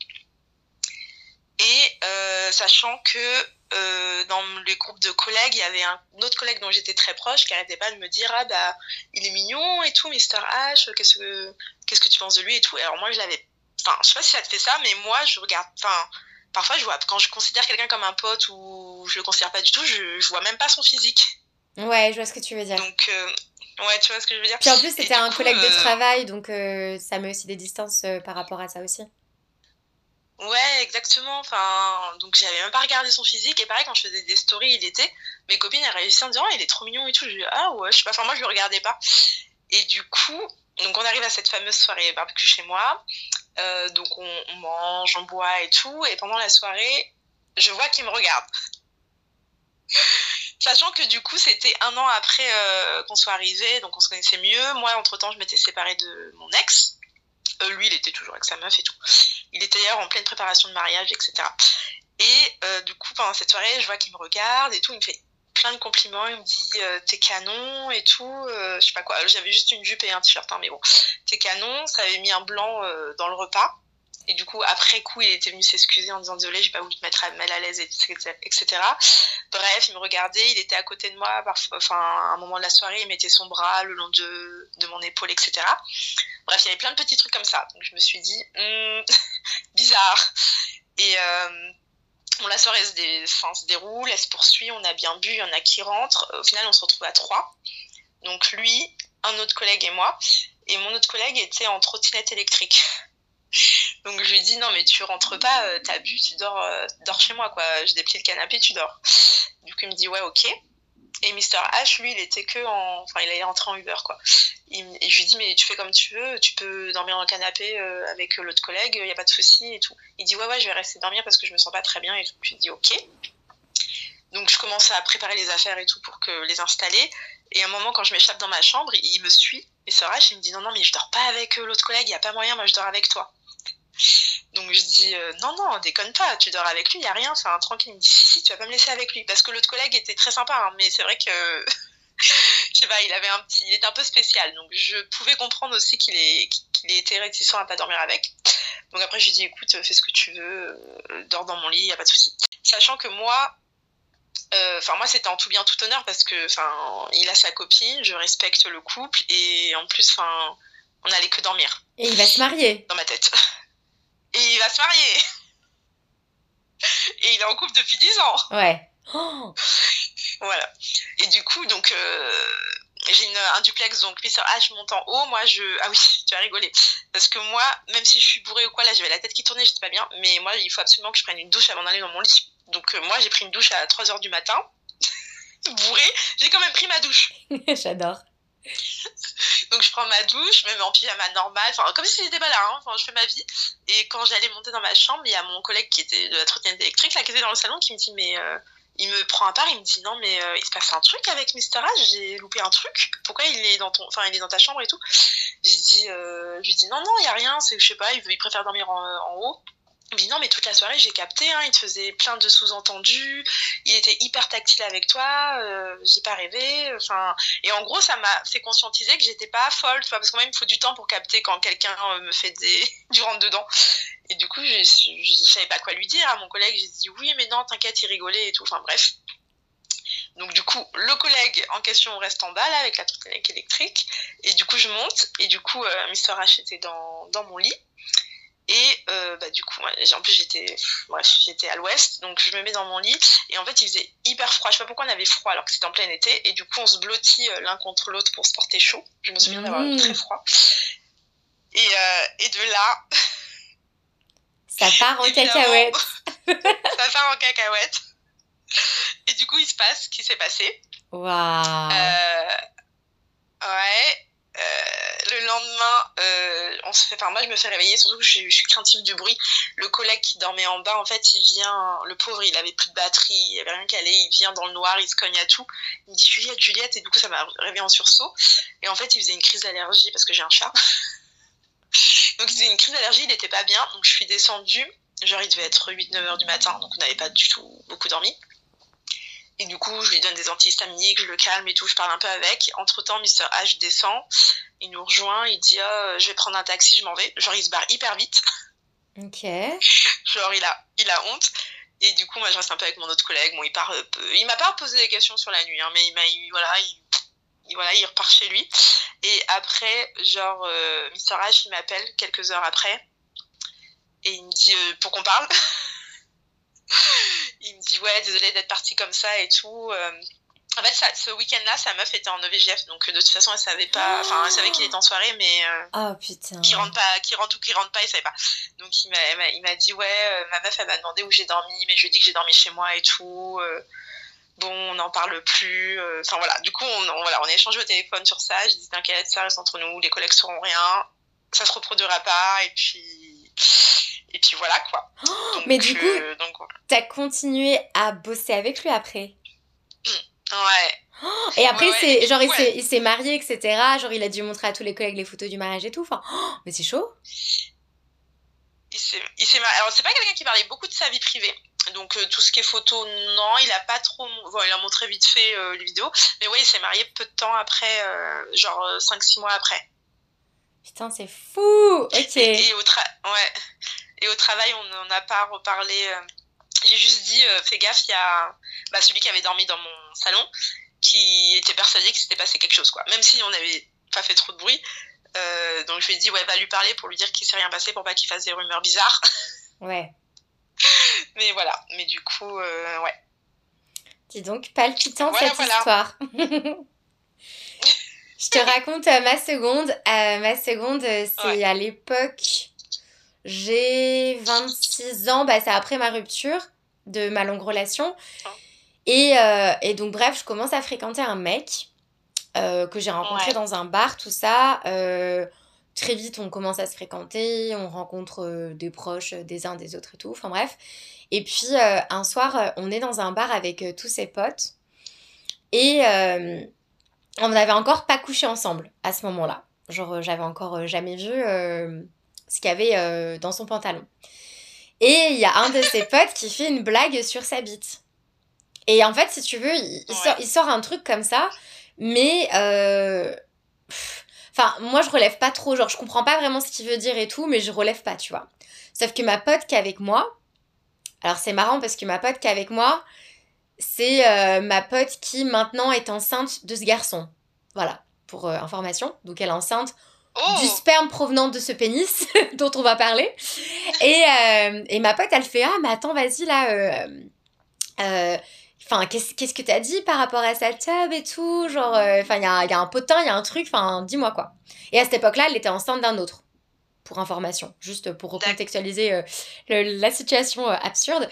Et euh, sachant que euh, dans les groupes de collègues, il y avait un autre collègue dont j'étais très proche qui arrêtait pas de me dire, ah bah il est mignon et tout, mister H, qu'est-ce que, qu'est-ce que tu penses de lui et tout. Et alors moi je l'avais, enfin je sais pas si ça te fait ça, mais moi je regarde, enfin parfois je vois, quand je considère quelqu'un comme un pote ou je le considère pas du tout, je, je vois même pas son physique. Ouais, je vois ce que tu veux dire. Donc, euh, ouais, tu vois ce que je veux dire. Puis en plus, c'était un coup, collègue euh... de travail, donc euh, ça met aussi des distances euh, par rapport à ça aussi. Ouais, exactement. Enfin, donc j'avais même pas regardé son physique. Et pareil, quand je faisais des stories, il était. Mes copines, elles réussissaient en disant, oh, il est trop mignon et tout. Je dis, ah ouais, je sais pas. Enfin, moi, je le regardais pas. Et du coup, donc on arrive à cette fameuse soirée barbecue chez moi. Euh, donc on, on mange, on boit et tout. Et pendant la soirée, je vois qu'il me regarde. Sachant que du coup, c'était un an après euh, qu'on soit arrivés, donc on se connaissait mieux. Moi, entre-temps, je m'étais séparée de mon ex. Euh, lui, il était toujours avec sa meuf et tout. Il était d'ailleurs en pleine préparation de mariage, et cetera. Et euh, du coup, pendant cette soirée, je vois qu'il me regarde et tout. Il me fait plein de compliments. Il me dit euh, t'es canon et tout. Euh, je sais pas quoi. J'avais juste une jupe et un t-shirt, hein, mais bon, t'es canon. Ça avait mis un blanc euh, dans le repas. Et du coup, après coup, il était venu s'excuser en disant désolé, j'ai pas voulu te mettre mal à l'aise, et cetera. Bref, il me regardait, il était à côté de moi, parfois, enfin, à un moment de la soirée, il mettait son bras le long de, de mon épaule, et cetera. Bref, il y avait plein de petits trucs comme ça. Donc je me suis dit, hm, bizarre. Et euh, bon, la soirée se, dé, enfin, se déroule, elle se poursuit, on a bien bu, il y en a qui rentrent. Au final, on se retrouve à trois. Donc lui, un autre collègue et moi. Et mon autre collègue était en trottinette électrique. Donc je lui dis non mais tu rentres pas, euh, t'as bu, tu dors, euh, dors chez moi quoi, je déplie le canapé, tu dors. Du coup il me dit ouais ok. Et mister H lui il était que en, enfin il allait rentrer en Uber quoi. Il, et je lui dis mais tu fais comme tu veux, tu peux dormir dans le canapé euh, avec l'autre collègue, y a pas de souci et tout. Il dit ouais ouais je vais rester dormir parce que je me sens pas très bien et tout. Je lui dis ok. Donc je commence à préparer les affaires et tout pour que les installer. Et à un moment quand je m'échappe dans ma chambre, il me suit. mister H il me dit non non mais je dors pas avec l'autre collègue, y a pas moyen, moi je dors avec toi. Donc je dis euh, non non déconne pas, tu dors avec lui, y a rien, c'est un tranquille. Il me dit si si tu vas pas me laisser avec lui parce que l'autre collègue était très sympa hein, mais c'est vrai que je sais pas, il avait un petit, il était un peu spécial donc je pouvais comprendre aussi qu'il est qu'il était réticent à pas dormir avec. Donc après je lui dis écoute fais ce que tu veux, euh, dors dans mon lit, y a pas de souci. Sachant que moi enfin euh, moi c'était en tout bien tout honneur parce que enfin il a sa copine, je respecte le couple et en plus enfin on allait que dormir. Et il va se marier. Dans ma tête. Et il va se marier. Et il est en couple depuis dix ans. Ouais. Oh. Voilà. Et du coup, donc, euh, j'ai une, un duplex, donc mister H monte en haut, moi je... Ah oui, tu vas rigoler. Parce que moi, même si je suis bourrée ou quoi, là j'avais la tête qui tournait, j'étais pas bien, mais moi il faut absolument que je prenne une douche avant d'aller dans mon lit. Donc euh, moi j'ai pris une douche à trois heures du matin, bourrée, j'ai quand même pris ma douche. J'adore. Donc je prends ma douche, même en pyjama normal, enfin comme si j'étais pas là, hein. Enfin je fais ma vie. Et quand j'allais monter dans ma chambre, il y a mon collègue qui était de la trottinette électrique, là, qui était dans le salon, qui me dit mais... Euh... Il me prend à part, il me dit non mais euh, il se passe un truc avec mister H, j'ai loupé un truc. Pourquoi il est dans ton, enfin il est dans ta chambre et tout. J'ai dit, euh, je lui dis non non il y a rien, c'est que je sais pas, il, veut, il préfère dormir en, en haut. Il me dit non mais toute la soirée j'ai capté, hein, il te faisait plein de sous-entendus, il était hyper tactile avec toi, euh, j'ai pas rêvé, enfin et en gros ça m'a fait conscientiser que j'étais pas folle, tu vois, parce que moi il me faut du temps pour capter quand quelqu'un euh, me fait des du rentre dedans. Et du coup, je, je, je savais pas quoi lui dire à mon collègue. J'ai dit oui, mais non, t'inquiète, il rigolait et tout. Enfin bref. Donc du coup, le collègue en question reste en bas là avec la trottinette électrique. Et du coup, je monte. Et du coup, euh, mister H était dans, dans mon lit. Et euh, bah du coup, en plus j'étais, bref, j'étais à l'ouest, donc je me mets dans mon lit. Et en fait, il faisait hyper froid. Je sais pas pourquoi on avait froid alors que c'était en plein été. Et du coup, on se blottit l'un contre l'autre pour se porter chaud. Je me souviens mmh. d'avoir eu très froid. Et, euh, et de là. Ça part en cacahuète. Ça part en cacahuète. Et du coup, il se passe ce qui s'est passé. Waouh. Euh, ouais. Euh, le lendemain, euh, on se fait, enfin moi je me fais réveiller, surtout que je, je suis craintive du bruit. Le collègue qui dormait en bas, en fait, il vient, le pauvre, il avait plus de batterie, il avait rien calé, il vient dans le noir, il se cogne à tout. Il me dit Juliette, Juliette, et du coup ça m'a réveillée en sursaut. Et en fait, il faisait une crise d'allergie parce que j'ai un chat. Donc il faisait une crise d'allergie, il était pas bien, donc je suis descendue. Genre il devait être huit neuf heures du matin, donc on n'avait pas du tout beaucoup dormi. Et du coup, je lui donne des antihistaminiques, je le calme et tout, je parle un peu avec. Entre-temps, mister H descend, il nous rejoint, il dit oh, « je vais prendre un taxi, je m'en vais ». Genre, il se barre hyper vite. Ok. Genre, il a, il a honte. Et du coup, moi, je reste un peu avec mon autre collègue. Bon, il part, euh, il m'a pas posé des questions sur la nuit, hein, mais il m'a, il, voilà, il, il, voilà, il repart chez lui. Et après, genre, euh, mister H, il m'appelle quelques heures après. Et il me dit euh, « pour qu'on parle ?» Il me dit ouais désolé d'être partie comme ça et tout. Euh, en fait ça, ce week-end-là sa meuf était en E V G F donc de toute façon elle savait pas, enfin elle savait qu'il était en soirée mais euh, oh putain qui rentre pas, qui rentre ou qui rentre pas il savait pas. Donc il m'a, il m'a dit ouais euh, ma meuf elle m'a demandé où j'ai dormi mais je lui ai dit que j'ai dormi chez moi et tout. Euh, bon on n'en parle plus. Enfin euh, voilà du coup on, on voilà on a échangé au téléphone sur ça. J'ai dit t'inquiète ça reste entre nous, les collègues sauront rien, ça se reproduira pas et puis. Et puis voilà quoi. Oh, donc, mais du coup, euh, donc, voilà. T'as continué à bosser avec lui après? Ouais. Oh, et après, ouais, c'est, ouais, genre, il, ouais. s'est, il s'est marié, et cetera. Genre, il a dû montrer à tous les collègues les photos du mariage et tout. Enfin, oh, mais c'est chaud. Il s'est, il s'est marié. Alors, c'est pas quelqu'un qui parlait beaucoup de sa vie privée. Donc, euh, tout ce qui est photo, non, il a pas trop. Bon, il a montré vite fait euh, les vidéos. Mais ouais, il s'est marié peu de temps après, euh, genre cinq six mois après. Putain, c'est fou. Ok. Et, et, au, tra- ouais. et au travail, on n'en a pas reparlé. Euh... J'ai juste dit, euh, fais gaffe, il y a bah, celui qui avait dormi dans mon salon qui était persuadé qu'il s'était passé quelque chose, quoi. Même si on n'avait pas fait trop de bruit. Euh, donc je lui ai dit, ouais, va lui parler pour lui dire qu'il s'est rien passé pour pas qu'il fasse des rumeurs bizarres. Ouais. Mais voilà. Mais du coup, euh, ouais. Dis donc, palpitant voilà, cette voilà. histoire. Je te raconte euh, ma seconde. Euh, ma seconde, euh, c'est ouais. à l'époque... J'ai vingt-six ans, bah, c'est après ma rupture de ma longue relation. Et, euh, et donc, bref, je commence à fréquenter un mec euh, que j'ai rencontré ouais. dans un bar, tout ça. Euh, très vite, on commence à se fréquenter, on rencontre euh, des proches des uns des autres et tout. Enfin, bref. Et puis, euh, un soir, euh, on est dans un bar avec euh, tous ses potes. Et euh, on n'avait encore pas couché ensemble à ce moment-là. Genre, euh, j'avais encore euh, jamais vu... Euh, ce qu'il y avait euh, dans son pantalon. Et il y a un de ses potes qui fait une blague sur sa bite. Et en fait, si tu veux, il, il, ouais. sort, il sort un truc comme ça, mais... Euh... Enfin, moi, je relève pas trop. Genre, je comprends pas vraiment ce qu'il veut dire et tout, mais je relève pas, tu vois. Sauf que ma pote qui est avec moi... Alors, c'est marrant parce que ma pote qui est avec moi, c'est euh, ma pote qui, maintenant, est enceinte de ce garçon. Voilà, pour euh, information. Donc, elle est enceinte... Oh. Du sperme provenant de ce pénis dont on va parler. Et, euh, et ma pote, elle fait « Ah, mais attends, vas-y, là, euh, euh, enfin, qu'est-ce, qu'est-ce que t'as dit par rapport à sa tub et tout, genre, enfin, il y a, y a un potin, il y a un truc, enfin, dis-moi quoi. Et à cette époque-là, elle était enceinte d'un autre, pour information, juste pour recontextualiser euh, le, la situation euh, absurde.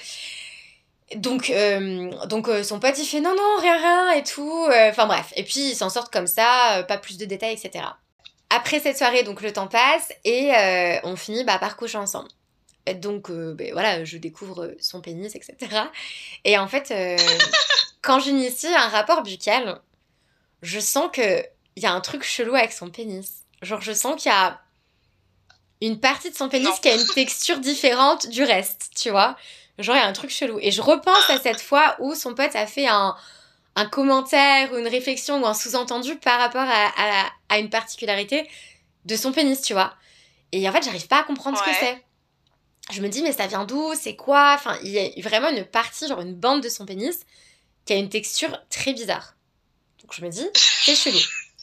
Donc, euh, donc euh, son pote, il fait non, non, rien, rien et tout. Enfin euh, bref, et puis ils s'en sortent comme ça, euh, pas plus de détails, et cetera. Après cette soirée, donc le temps passe et euh, on finit bah, par coucher ensemble. Donc euh, ben, voilà, je découvre son pénis, et cetera. Et en fait, euh, quand j'initie un rapport buccal, je sens qu'il y a un truc chelou avec son pénis. Genre, je sens qu'il y a une partie de son pénis non. qui a une texture différente du reste, tu vois. Genre, il y a un truc chelou. Et je repense à cette fois où son pote a fait un, un commentaire ou une réflexion ou un sous-entendu par rapport à, à, à une particularité de son pénis, tu vois. Et en fait, j'arrive pas à comprendre ouais. ce que c'est. Je me dis, mais ça vient d'où? C'est quoi? Enfin, il y a vraiment une partie, genre une bande de son pénis qui a une texture très bizarre. Donc, je me dis, c'est chelou.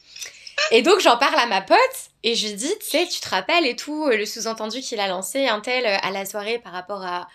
Et donc, j'en parle à ma pote et je lui dis, tu sais, tu te rappelles et tout, le sous-entendu qu'il a lancé, un tel, à la soirée par rapport à...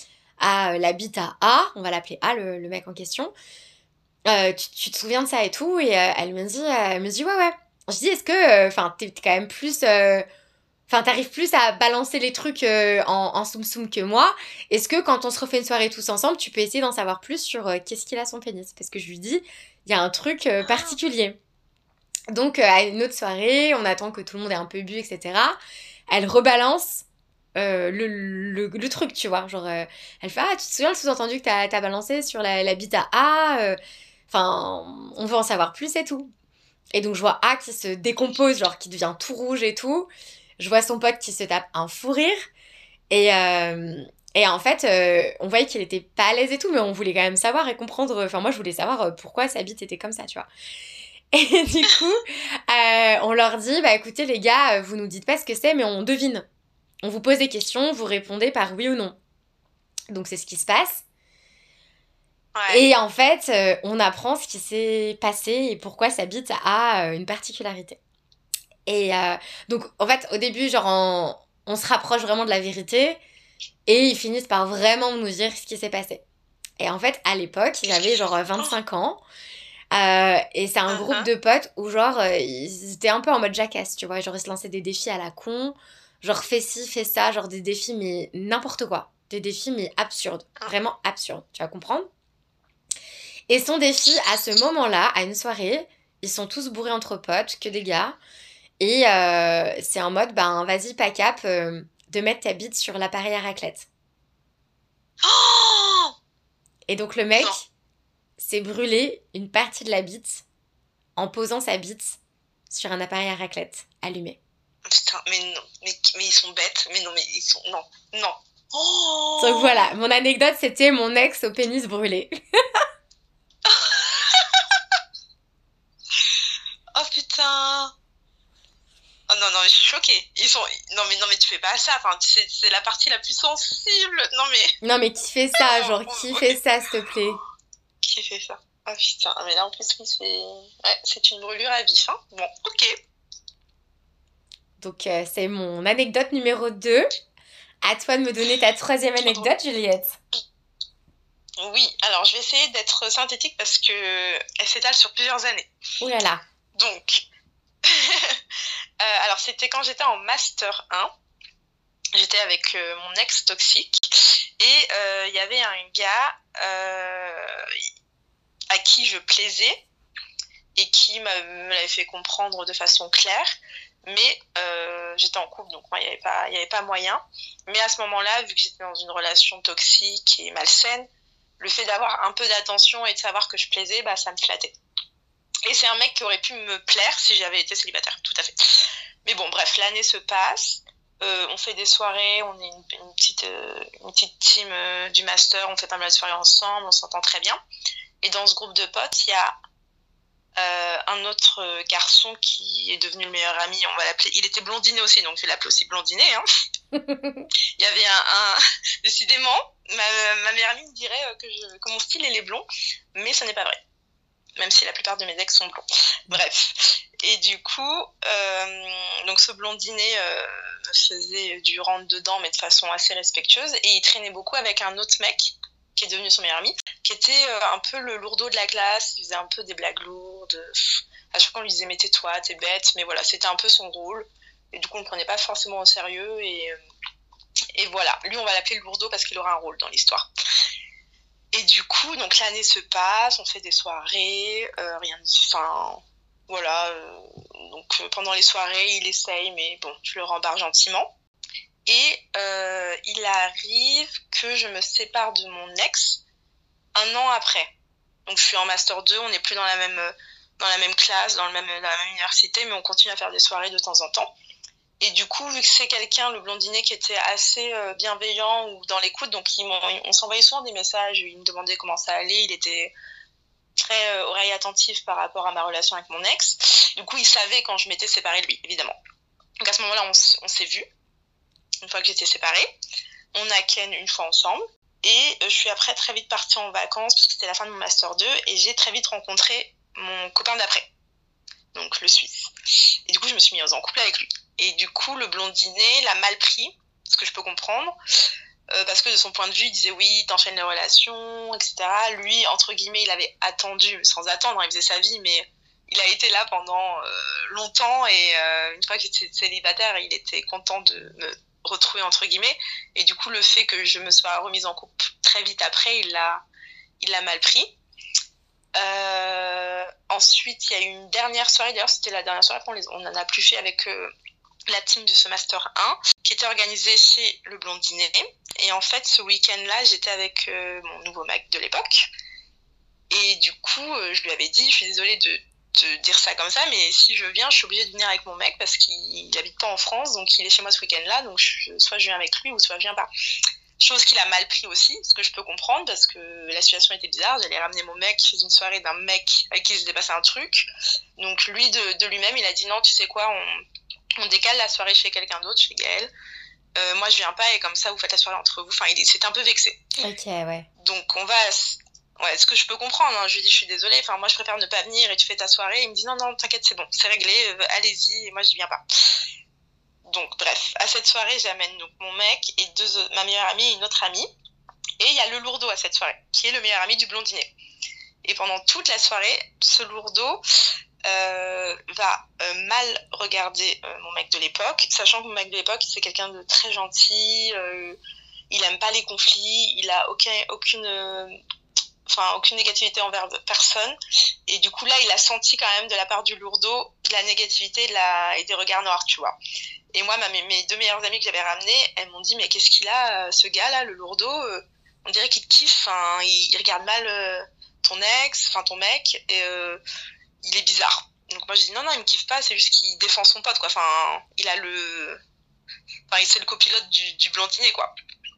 à la bite à A, on va l'appeler A, le, le mec en question. Euh, tu, tu te souviens de ça et tout? Et euh, elle me dit, euh, elle me dit ouais, ouais. Je dis, est-ce que, enfin, euh, t'es, t'es quand même plus... Enfin, euh, t'arrives plus à balancer les trucs euh, en, en soum-soum que moi. Est-ce que quand on se refait une soirée tous ensemble, tu peux essayer d'en savoir plus sur euh, qu'est-ce qu'il a son pénis? Parce que je lui dis, il y a un truc euh, particulier. Donc, euh, à une autre soirée, on attend que tout le monde ait un peu bu, et cetera. Elle rebalance... Euh, le, le, le truc, tu vois, genre euh, elle fait, ah, tu te souviens le sous-entendu que t'as, t'as balancé sur la, la bite à A, enfin, euh, on veut en savoir plus et tout. Et donc je vois A qui se décompose, genre qui devient tout rouge et tout, je vois son pote qui se tape un fou rire, et, euh, et en fait, euh, on voyait qu'il était pas à l'aise et tout, mais on voulait quand même savoir et comprendre, enfin moi je voulais savoir pourquoi sa bite était comme ça, tu vois. Et du coup, euh, on leur dit, bah écoutez les gars, vous nous dites pas ce que c'est, mais on devine. On vous pose des questions, vous répondez par oui ou non. Donc, c'est ce qui se passe. Ouais. Et en fait, euh, on apprend ce qui s'est passé et pourquoi sa bite a euh, une particularité. Et euh, donc, en fait, au début, genre, on, on se rapproche vraiment de la vérité et ils finissent par vraiment nous dire ce qui s'est passé. Et en fait, à l'époque, j'avais genre vingt-cinq ans. Euh, et c'est un uh-huh. groupe de potes où, genre, euh, ils étaient un peu en mode jackass, tu vois. Genre, ils se lançaient des défis à la con. Genre, fais ci, fais ça, genre des défis, mais n'importe quoi. Des défis, mais absurdes. Vraiment absurdes, tu vas comprendre? Et son défi, à ce moment-là, à une soirée, ils sont tous bourrés entre potes, que des gars. Et euh, c'est en mode, ben, vas-y, pas cap, euh, de mettre ta bite sur l'appareil à raclette. Oh et donc, le mec non. s'est brûlé une partie de la bite en posant sa bite sur un appareil à raclette allumé. Putain, mais non, mais, mais ils sont bêtes, mais non, mais ils sont... Non, non. Oh Donc voilà, mon anecdote, c'était mon ex au pénis brûlé. Oh putain. Oh non, non, mais je suis choquée. Ils sont... Non, mais non, mais tu fais pas ça, enfin, c'est, c'est la partie la plus sensible. Non, mais... Non, mais qui fait ça, oh, genre, qui okay. fait ça, s'il te plaît? Qui fait ça? Oh putain, mais là, en plus, oui, c'est... Ouais, c'est une brûlure à vif, hein. Bon, ok. Donc, euh, c'est mon anecdote numéro deux. À toi de me donner ta troisième anecdote, Juliette. Oui, alors je vais essayer d'être synthétique parce qu'elle s'étale sur plusieurs années. Ouh là là. Donc, euh, alors c'était quand j'étais en Master un. J'étais avec euh, mon ex toxique. Et il euh, y avait un gars euh, à qui je plaisais et qui me l'avait fait comprendre de façon claire. Mais euh, j'étais en couple, donc moi, il n'y avait pas, il y avait pas moyen. Mais à ce moment-là, vu que j'étais dans une relation toxique et malsaine, le fait d'avoir un peu d'attention et de savoir que je plaisais, bah, ça me flattait. Et c'est un mec qui aurait pu me plaire si j'avais été célibataire, tout à fait. Mais bon, bref, l'année se passe. Euh, on fait des soirées, on est une, une, petite, euh, une petite team euh, du master, on fait pas mal de soirées ensemble, on s'entend très bien. Et dans ce groupe de potes, il y a Euh, un autre garçon qui est devenu le meilleur ami, on va l'appeler, il était blondiné aussi, donc je vais l'appeler aussi blondiné, hein. Il y avait un, un... décidément, ma, ma meilleure amie me dirait que, je, que mon style il est blond, mais ce n'est pas vrai, même si la plupart de mes ex sont blonds. Bref, et du coup, euh, donc ce blondiné euh, faisait du rentre-dedans, mais de façon assez respectueuse, et il traînait beaucoup avec un autre mec qui est devenu son meilleur ami, qui était euh, un peu le lourdeau de la classe, il faisait un peu des blagues lourdes, à chaque fois on lui disait mais tais-toi, t'es bête, mais voilà, c'était un peu son rôle, et du coup on le prenait pas forcément au sérieux, et, et voilà, lui on va l'appeler le lourdeau parce qu'il aura un rôle dans l'histoire. Et du coup, donc l'année se passe, on fait des soirées, euh, rien de... Enfin, voilà, euh, donc euh, pendant les soirées, il essaye, mais bon, je le rembarre gentiment. Et euh, il arrive que je me sépare de mon ex un an après. Donc je suis en master deux, on n'est plus dans la même dans la même classe, dans le même, la même université, mais on continue à faire des soirées de temps en temps. Et du coup, vu que c'est quelqu'un, le blondinet, qui était assez euh, bienveillant ou dans l'écoute, donc il on s'envoyait souvent des messages, il me demandait comment ça allait, il était très euh, oreille attentive par rapport à ma relation avec mon ex. Du coup, il savait quand je m'étais séparée de lui, évidemment. Donc à ce moment-là, on, on s'est vus, une fois que j'étais séparée. On a ken une fois ensemble. Et euh, je suis après très vite partie en vacances, parce que c'était la fin de mon master deux, et j'ai très vite rencontré mon copain d'après, donc le Suisse. Et du coup, je me suis mise en couple avec lui. Et du coup, le blondinet l'a mal pris, ce que je peux comprendre, euh, parce que de son point de vue, il disait oui, t'enchaînes les relations, et cetera. Lui, entre guillemets, il avait attendu, sans attendre, hein, il faisait sa vie, mais il a été là pendant euh, longtemps, et euh, une fois qu'il était célibataire, il était content de me retrouver, entre guillemets. Et du coup, le fait que je me sois remise en couple très vite après, il l'a, il l'a mal pris. Euh, ensuite, il y a eu une dernière soirée, d'ailleurs c'était la dernière soirée qu'on les, on en a plus fait avec euh, la team de ce Master un, qui était organisée chez le blondinet. Et en fait, ce week-end-là, j'étais avec euh, mon nouveau mec de l'époque. Et du coup, euh, je lui avais dit, je suis désolée de te dire ça comme ça, mais si je viens, je suis obligée de venir avec mon mec parce qu'il habite pas en France, donc il est chez moi ce week-end-là, donc je, soit je viens avec lui ou soit je viens pas. Chose qu'il a mal pris aussi, ce que je peux comprendre, parce que la situation était bizarre. J'allais ramener mon mec chez une soirée d'un mec avec qui s'était passé un truc. Donc lui, de, de lui-même, il a dit non, tu sais quoi, on, on décale la soirée chez quelqu'un d'autre, chez Gaël. Euh, moi, je viens pas, et comme ça, vous faites la soirée entre vous. Enfin, il s'était un peu vexé. Ok, ouais. Donc on va... Ouais, ce que je peux comprendre, hein. Je lui dis, je suis désolée, enfin, moi, je préfère ne pas venir et tu fais ta soirée. Il me dit non, non, t'inquiète, c'est bon, c'est réglé, euh, allez-y, et moi, je viens pas. Donc, bref, à cette soirée, j'amène donc mon mec et deux, ma meilleure amie et une autre amie. Et il y a le lourdeau à cette soirée, qui est le meilleur ami du blondinet. Et pendant toute la soirée, ce lourdeau euh, va euh, mal regarder euh, mon mec de l'époque, sachant que mon mec de l'époque, c'est quelqu'un de très gentil, euh, il aime pas les conflits, il a aucun, aucune... Euh, enfin aucune négativité envers personne, et du coup là il a senti quand même de la part du lourdeau de la négativité de la... et des regards noirs, tu vois. Et moi, ma, mes deux meilleures amies que j'avais ramenées, elles m'ont dit mais qu'est-ce qu'il a, ce gars là, le lourdeau, euh, on dirait qu'il te kiffe, hein, il, il regarde mal euh, ton ex, enfin ton mec, et euh, il est bizarre. Donc moi j'ai dit non non, il me kiffe pas, c'est juste qu'il défend son pote, quoi. Enfin il a le, enfin c'est le copilote du, du blondinet, quoi.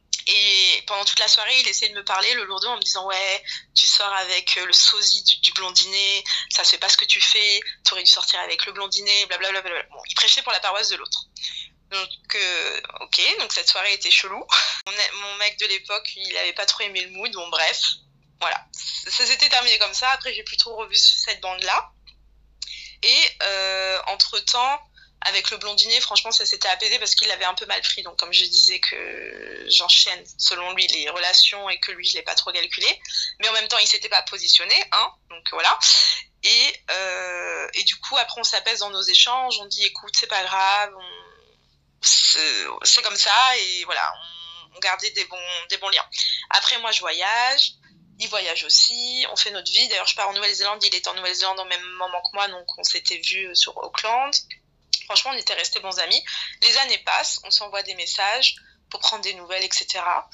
Et pendant toute la soirée, il essayait de me parler, le lourdeau, en me disant ouais, tu sors avec le sosie du, du blondinet, ça se fait pas ce que tu fais, t'aurais dû sortir avec le blondinet, blablabla. Bla bla bla. Bon, il prêchait pour la paroisse de l'autre. Donc, euh, ok, donc cette soirée était chelou. Mon, mon mec de l'époque, il avait pas trop aimé le mood, bon bref, voilà. Ça s'était terminé comme ça, après j'ai plus trop revu cette bande-là. Et euh, entre-temps, avec le blondinet, franchement, ça s'était apaisé parce qu'il l'avait un peu mal pris. Donc, comme je disais que j'enchaîne, selon lui, les relations et que lui, je l'ai pas trop calculé. Mais en même temps, il s'était pas positionné, hein. Donc, voilà. Et, euh, et du coup, après, on s'apaise dans nos échanges. On dit, écoute, c'est pas grave. On... C'est, c'est comme ça. Et voilà, on, on gardait des bons, des bons liens. Après, moi, je voyage. Il voyage aussi. On fait notre vie. D'ailleurs, je pars en Nouvelle-Zélande. Il était en Nouvelle-Zélande au même moment que moi. Donc, on s'était vus sur Auckland. Franchement, on était restés bons amis. Les années passent, on s'envoie des messages pour prendre des nouvelles, et cetera.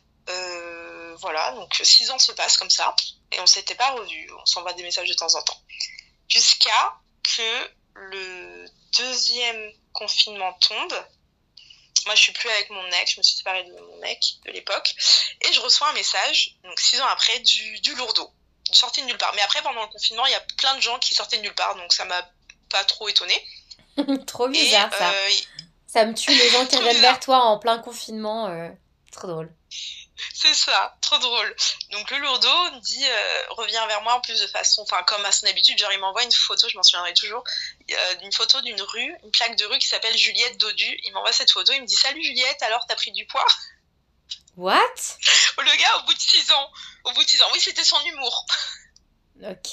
Euh, voilà, donc six ans se passent comme ça, et on s'était pas revus. On s'envoie des messages de temps en temps. Jusqu'à que le deuxième confinement tombe. Moi, je suis plus avec mon ex, je me suis séparée de mon mec de l'époque, et je reçois un message, donc six ans après, du, du lourdeau, sorti de nulle part. Mais après, pendant le confinement, il y a plein de gens qui sortaient de nulle part, donc ça m'a pas trop étonnée. Trop bizarre, et, ça. Euh, ça me tue les gens qui reviennent vers toi en plein confinement. Euh, trop drôle. C'est ça, trop drôle. Donc le lourdeau me dit, euh, revient vers moi en plus de façon, enfin comme à son habitude, genre il m'envoie une photo, je m'en souviendrai toujours, euh, d'une photo d'une rue, une plaque de rue qui s'appelle Juliette Dodu. Il m'envoie cette photo, il me dit salut Juliette, alors t'as pris du poids? What? Le gars, au bout de six ans, au bout de six ans, oui, c'était son humour. Ok.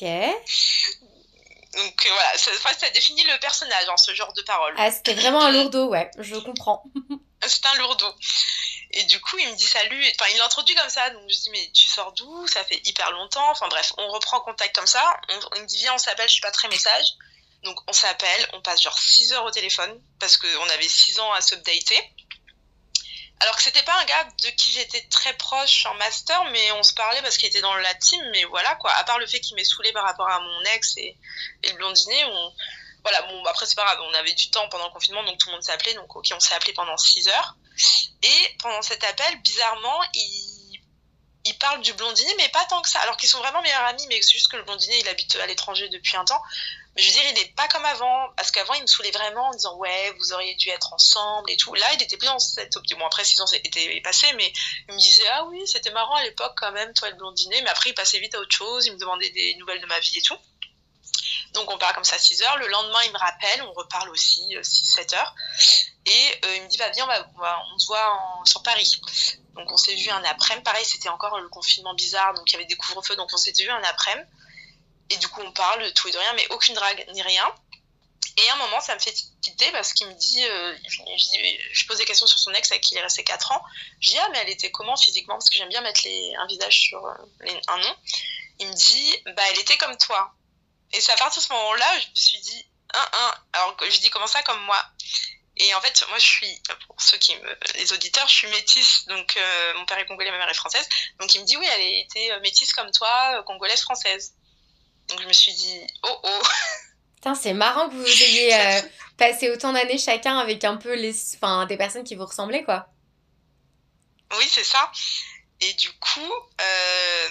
Donc euh, voilà, ça, enfin, ça définit le personnage, hein, ce genre de parole. Ah, c'était vraiment un lourdeau, ouais, je comprends. C'est un lourdeau. Et du coup, il me dit salut, et, enfin, il l'introduit comme ça, donc je dis mais tu sors d'où? Ça fait hyper longtemps, enfin bref, on reprend contact comme ça, on, il me dit viens, on s'appelle, je suis pas très message. Donc on s'appelle, on passe genre six heures au téléphone, parce qu'on avait six ans à s'updater. Alors que c'était pas un gars de qui j'étais très proche en master, mais on se parlait parce qu'il était dans la team, mais voilà quoi, à part le fait qu'il m'ait saoulé par rapport à mon ex et, et le blondinet, on... voilà, bon après c'est pas grave, on avait du temps pendant le confinement, donc tout le monde s'appelait, donc ok, on s'est appelé pendant six heures. Et pendant cet appel, bizarrement, il, il parle du blondinet, mais pas tant que ça, alors qu'ils sont vraiment meilleurs amis, mais c'est juste que le blondinet, il habite à l'étranger depuis un temps. Mais je veux dire, il n'est pas comme avant, parce qu'avant, il me saoulait vraiment en disant « Ouais, vous auriez dû être ensemble et tout ». Là, il était plus dans cette optique. Bon, après, six ans étaient passés, mais il me disait « Ah oui, c'était marrant à l'époque quand même, toi et le blondinet ». Mais après, il passait vite à autre chose, il me demandait des nouvelles de ma vie et tout. Donc, on parle comme ça six heures. Le lendemain, il me rappelle, on reparle aussi six sept heures. Et euh, il me dit bah, « Viens, on, va, on, va, on se voit en, sur Paris ». Donc, on s'est vu un après-midi. Pareil, c'était encore le confinement bizarre, donc il y avait des couvre-feux, donc on s'était vu un après-midi. Et du coup, on parle de tout et de rien, mais aucune drague ni rien. Et à un moment, ça me fait tilter parce qu'il me dit, euh, je, je, je pose des questions sur son ex avec qui il est resté quatre ans. Je dis, ah, mais elle était comment physiquement? Parce que j'aime bien mettre les, un visage sur euh, les, un nom. Il me dit, bah, elle était comme toi. Et c'est à partir de ce moment-là, je me suis dit, un, un. Alors, je dis, comment ça, comme moi? Et en fait, moi, je suis, pour ceux qui me, les auditeurs, je suis métisse. Donc, euh, mon père est congolais, ma mère est française. Donc, il me dit, oui, elle était métisse comme toi, congolaise-française. Donc, je me suis dit, oh, oh. Putain, c'est marrant que vous ayez euh, passé autant d'années chacun avec un peu les, enfin, des personnes qui vous ressemblaient, quoi. Oui, c'est ça. Et du coup, euh,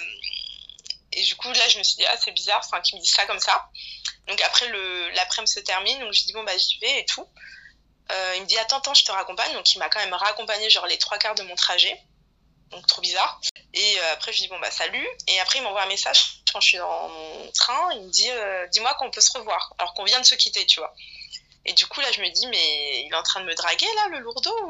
et du coup, là, je me suis dit, ah, c'est bizarre, enfin, qu'ils me disent ça comme ça. Donc, après, le, l'après-midi se termine, donc je dis, bon, bah, j'y vais et tout. Euh, il me dit, attends, attends, je te raccompagne. Donc, il m'a quand même raccompagné, genre, les trois quarts de mon trajet. Donc, trop bizarre. Et euh, après, je lui dis, bon, bah, salut. Et après, il m'envoie un message quand je suis dans mon train. Il me dit, euh, dis-moi qu'on peut se revoir. Alors qu'on vient de se quitter, tu vois. Et du coup, là, je me dis, mais il est en train de me draguer, là, le lourdeau ou,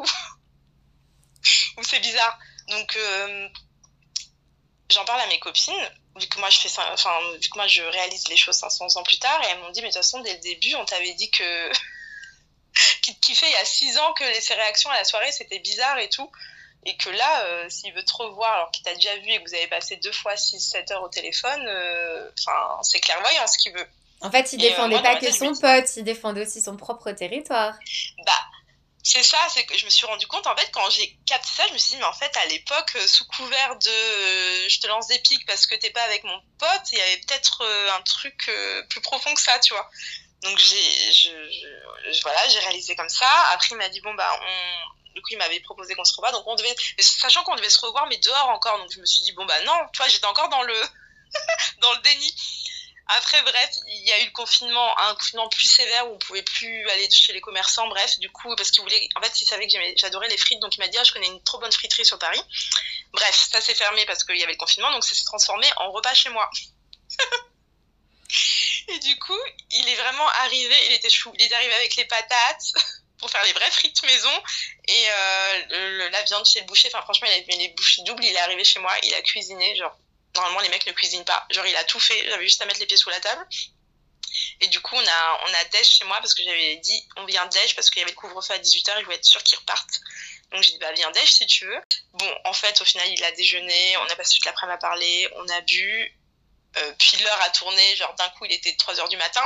ou c'est bizarre. Donc, euh, j'en parle à mes copines. Vu que moi, je fais ça, enfin, vu que moi, je réalise les choses cinq cents ans plus tard. Et elles m'ont dit, mais de toute façon, dès le début, on t'avait dit que qu'il te kiffait il y a six ans, que ses réactions à la soirée, c'était bizarre et tout. Et que là, euh, s'il veut te revoir alors qu'il t'a déjà vu et que vous avez passé deux fois six sept heures au téléphone, enfin, euh, c'est clairvoyant ce qu'il veut. En fait, il et défendait euh, moi, pas que tête, son dis... pote, il défendait aussi son propre territoire. Bah, c'est ça, c'est que je me suis rendu compte, en fait, quand j'ai capté ça, je me suis dit, mais en fait, à l'époque, sous couvert de euh, je te lance des pics parce que t'es pas avec mon pote, il y avait peut-être euh, un truc euh, plus profond que ça, tu vois. Donc, j'ai, je, je, voilà, j'ai réalisé comme ça. Après, il m'a dit, bon, bah, on... Du coup, il m'avait proposé qu'on se revoie, donc on devait, sachant qu'on devait se revoir, mais dehors encore. Donc je me suis dit bon bah non, tu vois, j'étais encore dans le dans le déni. Après, bref, il y a eu le confinement, un confinement plus sévère où on pouvait plus aller chez les commerçants. Bref, du coup, parce qu'il voulait, en fait, il savait que j'adorais les frites, donc il m'a dit ah, je connais une trop bonne friterie sur Paris. Bref, ça s'est fermé parce qu'il y avait le confinement, donc ça s'est transformé en repas chez moi. Et du coup, il est vraiment arrivé, il était chou, il est arrivé avec les patates. Pour faire les vraies frites maison et euh, le, la viande chez le boucher. Enfin, franchement, il a fait les bouchées doubles. Il est arrivé chez moi, il a cuisiné. Genre, normalement, les mecs ne cuisinent pas. Genre, il a tout fait. J'avais juste à mettre les pieds sous la table. Et du coup, on a, on a déj chez moi parce que j'avais dit, on vient déj parce qu'il y avait le couvre-feu à dix-huit heures et je voulais être sûre qu'ils repartent. Donc, j'ai dit, bah, viens déj si tu veux. Bon, en fait, au final, il a déjeuné. On a passé toute l'après-midi à parler. On a bu. Euh, puis l'heure a tourné. Genre, d'un coup, il était trois heures du matin.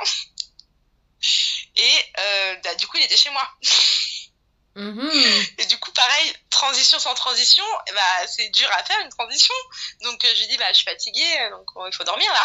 Et euh, bah, du coup, il était chez moi. Mmh. Et du coup, pareil, transition sans transition, bah, c'est dur à faire une transition. Donc, euh, je lui dis, bah, je suis fatiguée, donc euh, il faut dormir là.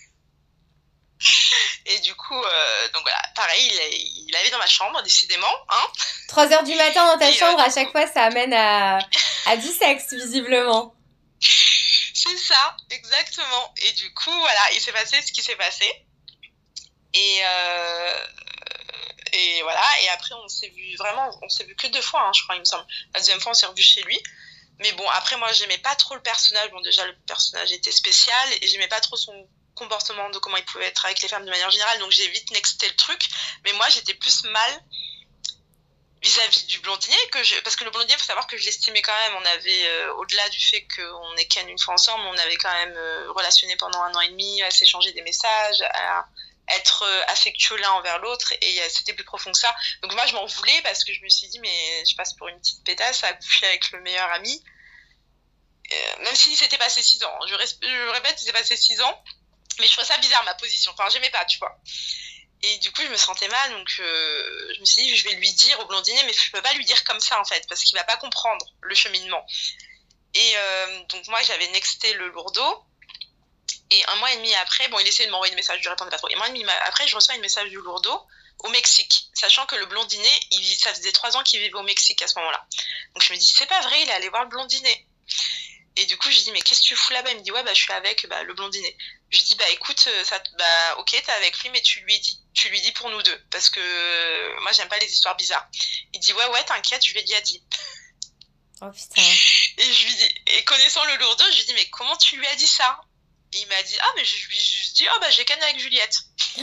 Et du coup, euh, donc voilà, pareil, il, il allait dans ma chambre, décidément. Hein. trois heures du matin dans ta et, chambre, euh, à chaque fois, ça amène à, à du sexe, visiblement. C'est ça, exactement. Et du coup, voilà, il s'est passé ce qui s'est passé. Et, euh, et voilà, et après, on s'est vu vraiment, on s'est vu que deux fois, hein, je crois, il me semble. La deuxième fois, on s'est revu chez lui. Mais bon, après, moi, j'aimais pas trop le personnage. Bon, déjà, le personnage était spécial et j'aimais pas trop son comportement, de comment il pouvait être avec les femmes de manière générale. Donc, j'ai vite nexté le truc. Mais moi, j'étais plus mal vis-à-vis du blondinet, que je, parce que le blondinet, il faut savoir que je l'estimais quand même. On avait, euh, au-delà du fait qu'on est ken une fois ensemble, on avait quand même euh, relationné pendant un an et demi, à s'échanger des messages, à être euh, affectueux l'un envers l'autre, et euh, c'était plus profond que ça. Donc moi, je m'en voulais parce que je me suis dit, mais je passe pour une petite pétasse à coucher avec le meilleur ami. Euh, même si s'était passé six ans. Je, res- je répète, il s'est passé six ans, mais je trouvais ça bizarre, ma position. Enfin, j'aimais pas, tu vois. Et du coup, je me sentais mal, donc euh, je me suis dit, je vais lui dire au blondinet, mais je peux pas lui dire comme ça, en fait, parce qu'il va pas comprendre le cheminement. Et euh, donc moi, j'avais nexté le lourdeau, et un mois et demi après, bon, il essayait de m'envoyer des messages, je répondais pas trop. Et un mois et demi après, je reçois un message du lourdeau au Mexique, sachant que le blondinet, il, ça faisait trois ans qu'il vivait au Mexique à ce moment-là. Donc je me dis, c'est pas vrai, il est allé voir le blondinet. Et du coup, je lui dis, mais qu'est-ce que tu fous là-bas? Il me dit, ouais, bah, je suis avec bah, le blondinet. Je lui dis, bah, écoute, ça, bah, ok, t'es avec lui, mais tu lui dis. Tu lui dis pour nous deux. Parce que euh, moi, j'aime pas les histoires bizarres. Il dit, ouais, ouais, t'inquiète, je lui ai déjà dit. Oh putain. Et je lui dis, et connaissant le lourdeau, je lui dis, mais comment tu lui as dit ça? Et il m'a dit, ah, mais je lui ai juste dit, oh, bah, j'ai canné avec Juliette.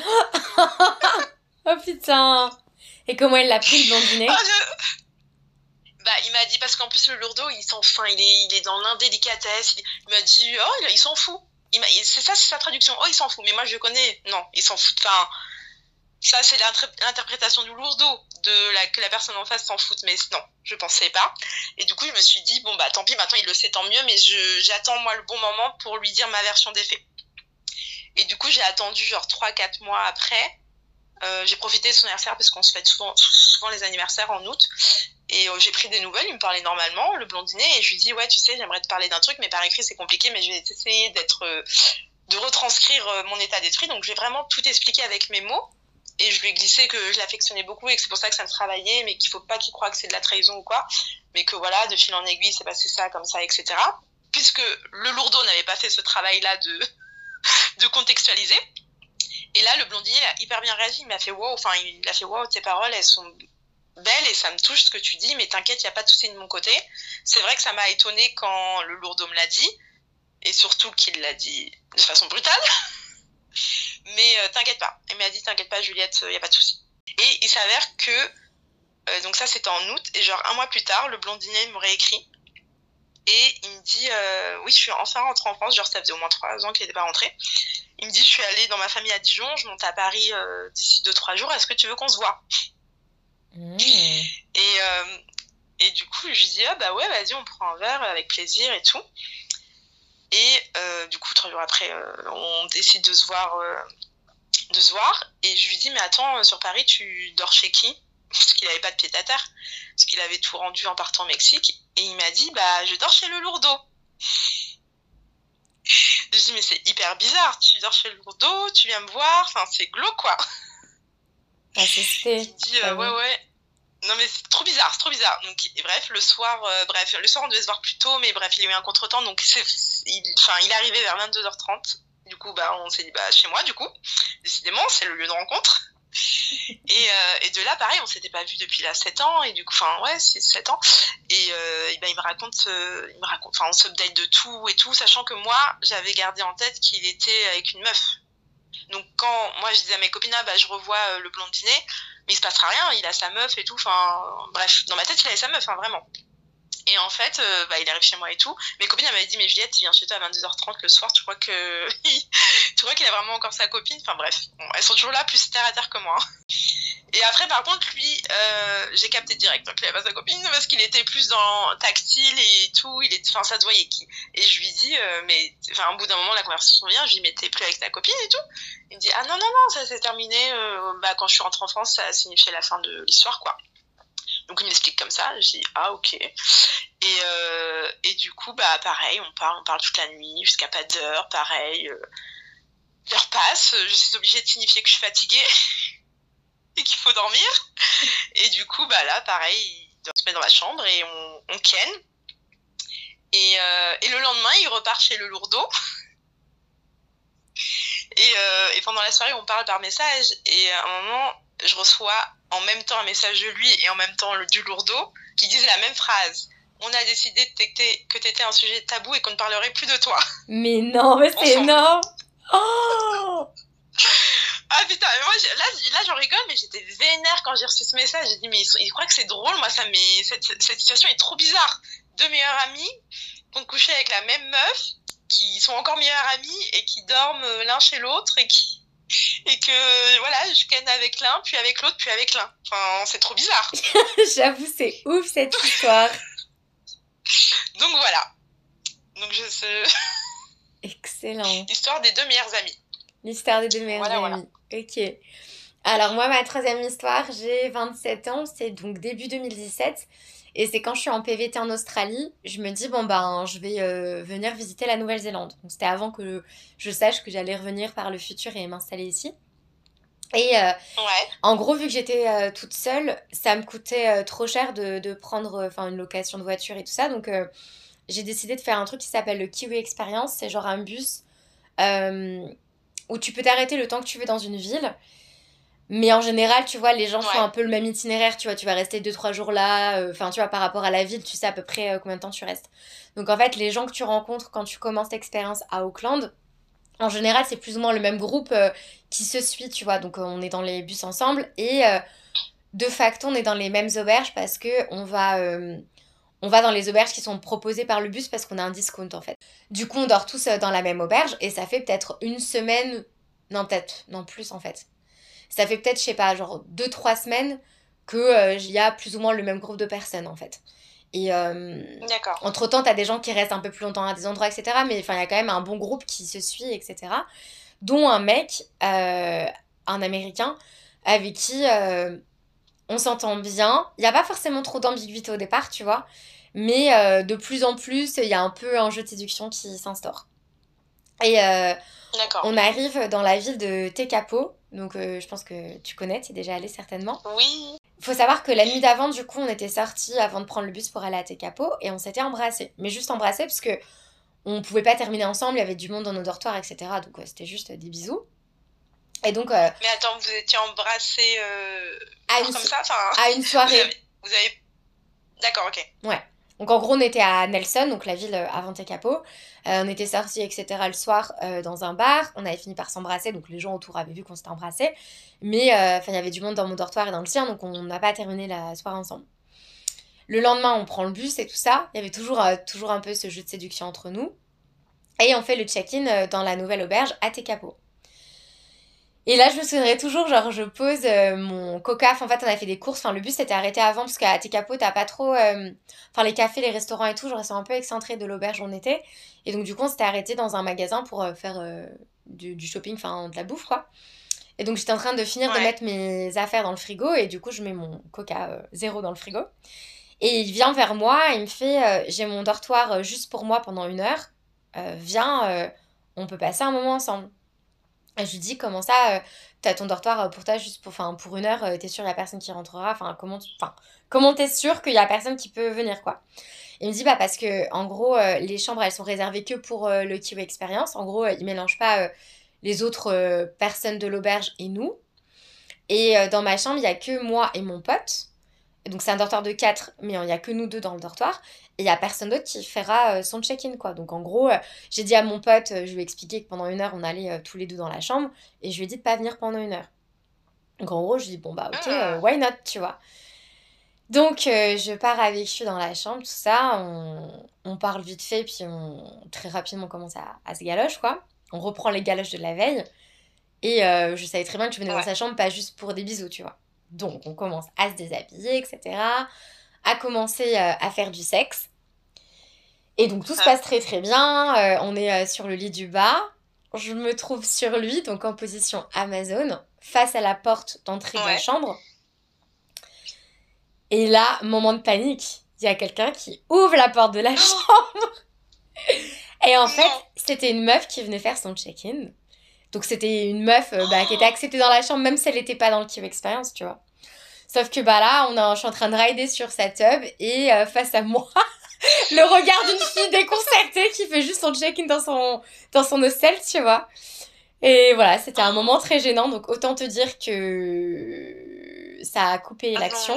Oh putain. Et comment il l'a pris, le blondinet? Ah, je... Bah, il m'a dit, parce qu'en plus, le lourdeau, il s'en fout, il est, il est dans l'indélicatesse. Il, il m'a dit, oh, il, il s'en fout. Il m'a, c'est ça, c'est sa traduction. Oh, il s'en fout. Mais moi, je connais. Non, il s'en fout. Enfin, ça, c'est l'interprétation du lourdeau, de la, que la personne en face s'en fout. Mais non, je pensais pas. Et du coup, je me suis dit, bon, bah, tant pis, maintenant, il le sait, tant mieux. Mais je, j'attends, moi, le bon moment pour lui dire ma version des faits. Et du coup, j'ai attendu, genre, trois quatre mois après. Euh, j'ai profité de son anniversaire parce qu'on se fête souvent, souvent les anniversaires en août. Et euh, j'ai pris des nouvelles, il me parlait normalement, le blondinet, et je lui dis, ouais, tu sais, j'aimerais te parler d'un truc, mais par écrit, c'est compliqué, mais je vais essayer d'être, euh, de retranscrire euh, mon état d'esprit. Donc, je vais vraiment tout expliquer avec mes mots. Et je lui ai glissé que je l'affectionnais beaucoup et que c'est pour ça que ça me travaillait, mais qu'il faut pas qu'il croie que c'est de la trahison ou quoi. Mais que voilà, de fil en aiguille, c'est passé ça, comme ça, et cetera. Puisque le lourdeau n'avait pas fait ce travail-là de, de contextualiser. Et là, le blondinet, il a hyper bien réagi. Il m'a fait wow, enfin, il a fait wow, tes paroles, elles sont belle et ça me touche ce que tu dis, mais t'inquiète, il n'y a pas de souci de mon côté. C'est vrai que ça m'a étonnée quand le lourdeau me l'a dit, et surtout qu'il l'a dit de façon brutale. Mais euh, t'inquiète pas. Il m'a dit, t'inquiète pas, Juliette, il n'y a pas de souci. Et il s'avère que, euh, donc ça c'était en août, et genre un mois plus tard, le blondinet me réécrit, et il me dit, euh, oui, je suis enfin rentrée en France, genre ça faisait au moins trois ans qu'il n'était pas rentré. Il me dit, je suis allée dans ma famille à Dijon, je monte à Paris euh, d'ici deux trois jours, est-ce que tu veux qu'on se voit? Mmh. Et, euh, et du coup, je lui dis, ah bah ouais, vas-y, on prend un verre avec plaisir et tout. Et euh, du coup, trois jours après, euh, on décide de se voir, euh, de se voir. Et je lui dis, mais attends, sur Paris, tu dors chez qui? Parce qu'il n'avait pas de pied à terre, parce qu'il avait tout rendu en partant au Mexique. Et il m'a dit, bah je dors chez le lourdeau. Je dis, mais c'est hyper bizarre, tu dors chez le lourdeau, tu viens me voir, enfin c'est glauque quoi. Ah, c'est fait. Il dit, euh, ouais, ouais. Non, mais c'est trop bizarre, c'est trop bizarre. Donc, et bref, le soir, euh, bref, le soir, on devait se voir plus tôt, mais bref, il y a eu un contretemps, donc c'est, il, enfin, il est arrivé vers vingt-deux heures trente. Du coup, bah, on s'est dit, bah, chez moi, du coup. Décidément, c'est le lieu de rencontre. Et, euh, et de là, pareil, on s'était pas vu depuis là sept ans, et du coup, enfin, ouais, c'est sept ans. Et, euh, et ben, il me raconte, euh, il me raconte, enfin, on s'update de tout et tout, sachant que moi, j'avais gardé en tête qu'il était avec une meuf. Donc, quand moi, je disais à mes copines, ah, bah, je revois euh, le blondinet, mais il se passera rien, il a sa meuf et tout, enfin, bref, dans ma tête, il avait sa meuf, hein, vraiment. Et en fait, euh, bah, il arrive chez moi et tout. Mes copines, elles m'avaient dit, mais Juliette, il vient chez toi à vingt-deux heures trente le soir, tu crois que, tu crois qu'il a vraiment encore sa copine? Enfin, bref, bon, elles sont toujours là, plus terre à terre que moi. Et après, par contre, lui, euh, j'ai capté direct qu'il avait pas sa copine, parce qu'il était plus dans tactile et tout, il est, enfin, ça se voyait qui. Et je lui dis, euh, mais, enfin, au bout d'un moment, la conversation vient, je lui dis, mais t'es plus avec ta copine et tout? Il me dit, ah non, non, non, ça s'est terminé, euh, bah, quand je suis rentrée en France, ça a signifié la fin de l'histoire, quoi. Donc il m'explique comme ça, je dis ah ok. Et, euh, et du coup bah pareil, on parle, on parle toute la nuit jusqu'à pas d'heure, pareil. Euh, l'heure passe, je suis obligée de signifier que je suis fatiguée et qu'il faut dormir. Et du coup bah là pareil, on se met dans la chambre et on, on ken. Et, euh, et le lendemain il repart chez le lourdeau. Et, euh, et pendant la soirée on parle par message et à un moment je reçois en même temps un message de lui et en même temps le, du lourdeau qui disent la même phrase. On a décidé que t'étais un sujet tabou et qu'on ne parlerait plus de toi. Mais non, mais c'est énorme. Oh Ah putain, mais moi, là, là j'en rigole, mais j'étais vénère quand j'ai reçu ce message. J'ai dit, mais ils, ils croient que c'est drôle, moi, ça m'est... Cette, cette situation est trop bizarre. Deux meilleurs amis qui ont couché avec la même meuf, qui sont encore meilleurs amis et qui dorment l'un chez l'autre et qui... Et que, voilà, je ken avec l'un, puis avec l'autre, puis avec l'un. Enfin, c'est trop bizarre. J'avoue, c'est ouf cette histoire. Donc voilà. Donc je sais... Excellent. L'histoire des deux meilleurs amis. L'histoire des deux meilleurs voilà, amis. Voilà. Ok. Alors moi, ma troisième histoire, j'ai vingt-sept ans, c'est donc début deux mille dix-sept. Et c'est quand je suis en P V T en Australie, je me dis, bon ben, je vais euh, venir visiter la Nouvelle-Zélande. Donc c'était avant que je sache que j'allais revenir par le futur et m'installer ici. Et euh, ouais. En gros, vu que j'étais euh, toute seule, ça me coûtait euh, trop cher de, de prendre euh, une location de voiture et tout ça. Donc euh, j'ai décidé de faire un truc qui s'appelle le Kiwi Experience. C'est genre un bus euh, où tu peux t'arrêter le temps que tu veux dans une ville. Mais en général, tu vois, les gens ouais. font un peu le même itinéraire, tu vois, tu vas rester deux trois jours là, enfin, euh, tu vois, par rapport à la ville, tu sais à peu près euh, combien de temps tu restes. Donc, en fait, les gens que tu rencontres quand tu commences l'expérience à Auckland, en général, c'est plus ou moins le même groupe euh, qui se suit, tu vois, donc euh, on est dans les bus ensemble, et euh, de facto, on est dans les mêmes auberges parce que on va, euh, on va dans les auberges qui sont proposées par le bus parce qu'on a un discount, en fait. Du coup, on dort tous euh, dans la même auberge, et ça fait peut-être une semaine, non, peut-être, non, plus, en fait. Ça fait peut-être, je sais pas, genre deux trois semaines qu'il euh, y a plus ou moins le même groupe de personnes, en fait. Et euh, entre-temps, t'as des gens qui restent un peu plus longtemps à des endroits, et cetera. Mais il y a quand même un bon groupe qui se suit, et cetera. Dont un mec, euh, un Américain, avec qui euh, on s'entend bien. Il n'y a pas forcément trop d'ambiguïté au départ, tu vois. Mais euh, de plus en plus, il y a un peu un jeu de séduction qui s'instaure. Et euh, on arrive dans la ville de Tekapo. Donc, euh, je pense que tu connais, tu es déjà allé certainement. Oui. Il faut savoir que la nuit d'avant, du coup, on était sortis avant de prendre le bus pour aller à Tekapo et on s'était embrassés. Mais juste embrassés parce que on pouvait pas terminer ensemble, il y avait du monde dans nos dortoirs, et cetera. Donc, ouais, c'était juste des bisous. Et donc... Euh, Mais attends, vous étiez embrassés euh, à une comme so- ça enfin, À une soirée. Vous avez... Vous avez... D'accord, ok. Ouais. Donc en gros, on était à Nelson, donc la ville avant Tekapo. Euh, on était sortis, et cetera le soir euh, dans un bar. On avait fini par s'embrasser, donc les gens autour avaient vu qu'on s'était embrassés. Mais euh, il y avait du monde dans mon dortoir et dans le sien, donc on n'a pas terminé la soirée ensemble. Le lendemain, on prend le bus et tout ça. Il y avait toujours, euh, toujours un peu ce jeu de séduction entre nous. Et on fait le check-in dans la nouvelle auberge à Tekapo. Et là, je me souviendrai toujours, genre, je pose euh, mon coca. Enfin, en fait, on a fait des courses. Enfin, le bus s'était arrêté avant parce qu'à Tekapo, t'as pas trop... Euh... Enfin, les cafés, les restaurants et tout, genre, ils sont un peu excentrés de l'auberge où on était. Et donc, du coup, on s'était arrêté dans un magasin pour euh, faire euh, du, du shopping, enfin, de la bouffe, quoi. Et donc, j'étais en train de finir ouais. de mettre mes affaires dans le frigo. Et du coup, je mets mon coca euh, zéro dans le frigo. Et il vient vers moi, il me fait euh, « J'ai mon dortoir euh, juste pour moi pendant une heure. Euh, viens, euh, on peut passer un moment ensemble. » Et je lui dis, comment ça, euh, t'as ton dortoir pour toi juste pour, pour une heure, euh, t'es sûre qu'il y a personne qui rentrera, enfin, comment, tu, comment t'es sûre qu'il y a personne qui peut venir, quoi. Il me dit, bah, parce que, en gros, euh, les chambres, elles sont réservées que pour euh, le Kiwi Experience. En gros, euh, ils mélangent pas euh, les autres euh, personnes de l'auberge et nous. Et euh, dans ma chambre, il y a que moi et mon pote. Donc, c'est un dortoir de quatre, mais il y a que nous deux dans le dortoir. Et il n'y a personne d'autre qui fera euh, son check-in, quoi. Donc, en gros, euh, j'ai dit à mon pote, euh, je lui ai expliqué que pendant une heure, on allait euh, tous les deux dans la chambre. Et je lui ai dit de pas venir pendant une heure. Donc, en gros, je lui ai dit, bon, bah, ok, euh, why not, tu vois. Donc, euh, je pars avec lui dans la chambre, tout ça. On, on parle vite fait, puis on, très rapidement, on commence à, à se galoche, quoi. On reprend les galoches de la veille. Et euh, je savais très bien que je venais ouais. dans sa chambre, pas juste pour des bisous, tu vois. Donc, on commence à se déshabiller, et cetera. À commencer euh, à faire du sexe. Et donc, tout se passe très, très bien. Euh, on est euh, sur le lit du bas. Je me trouve sur lui, donc en position Amazon, face à la porte d'entrée ouais. de la chambre. Et là, moment de panique. Il y a quelqu'un qui ouvre la porte de la chambre. Et en fait, c'était une meuf qui venait faire son check-in. Donc, c'était une meuf euh, bah, qui était acceptée dans la chambre, même si elle n'était pas dans le Kiwi Experience, tu vois. Sauf que bah là, on a, je suis en train de rider sur sa tub et euh, face à moi, le regard d'une fille déconcertée qui fait juste son check-in dans son, dans son hostel, tu vois. Et voilà, c'était un moment très gênant. Donc, autant te dire que ça a coupé l'action.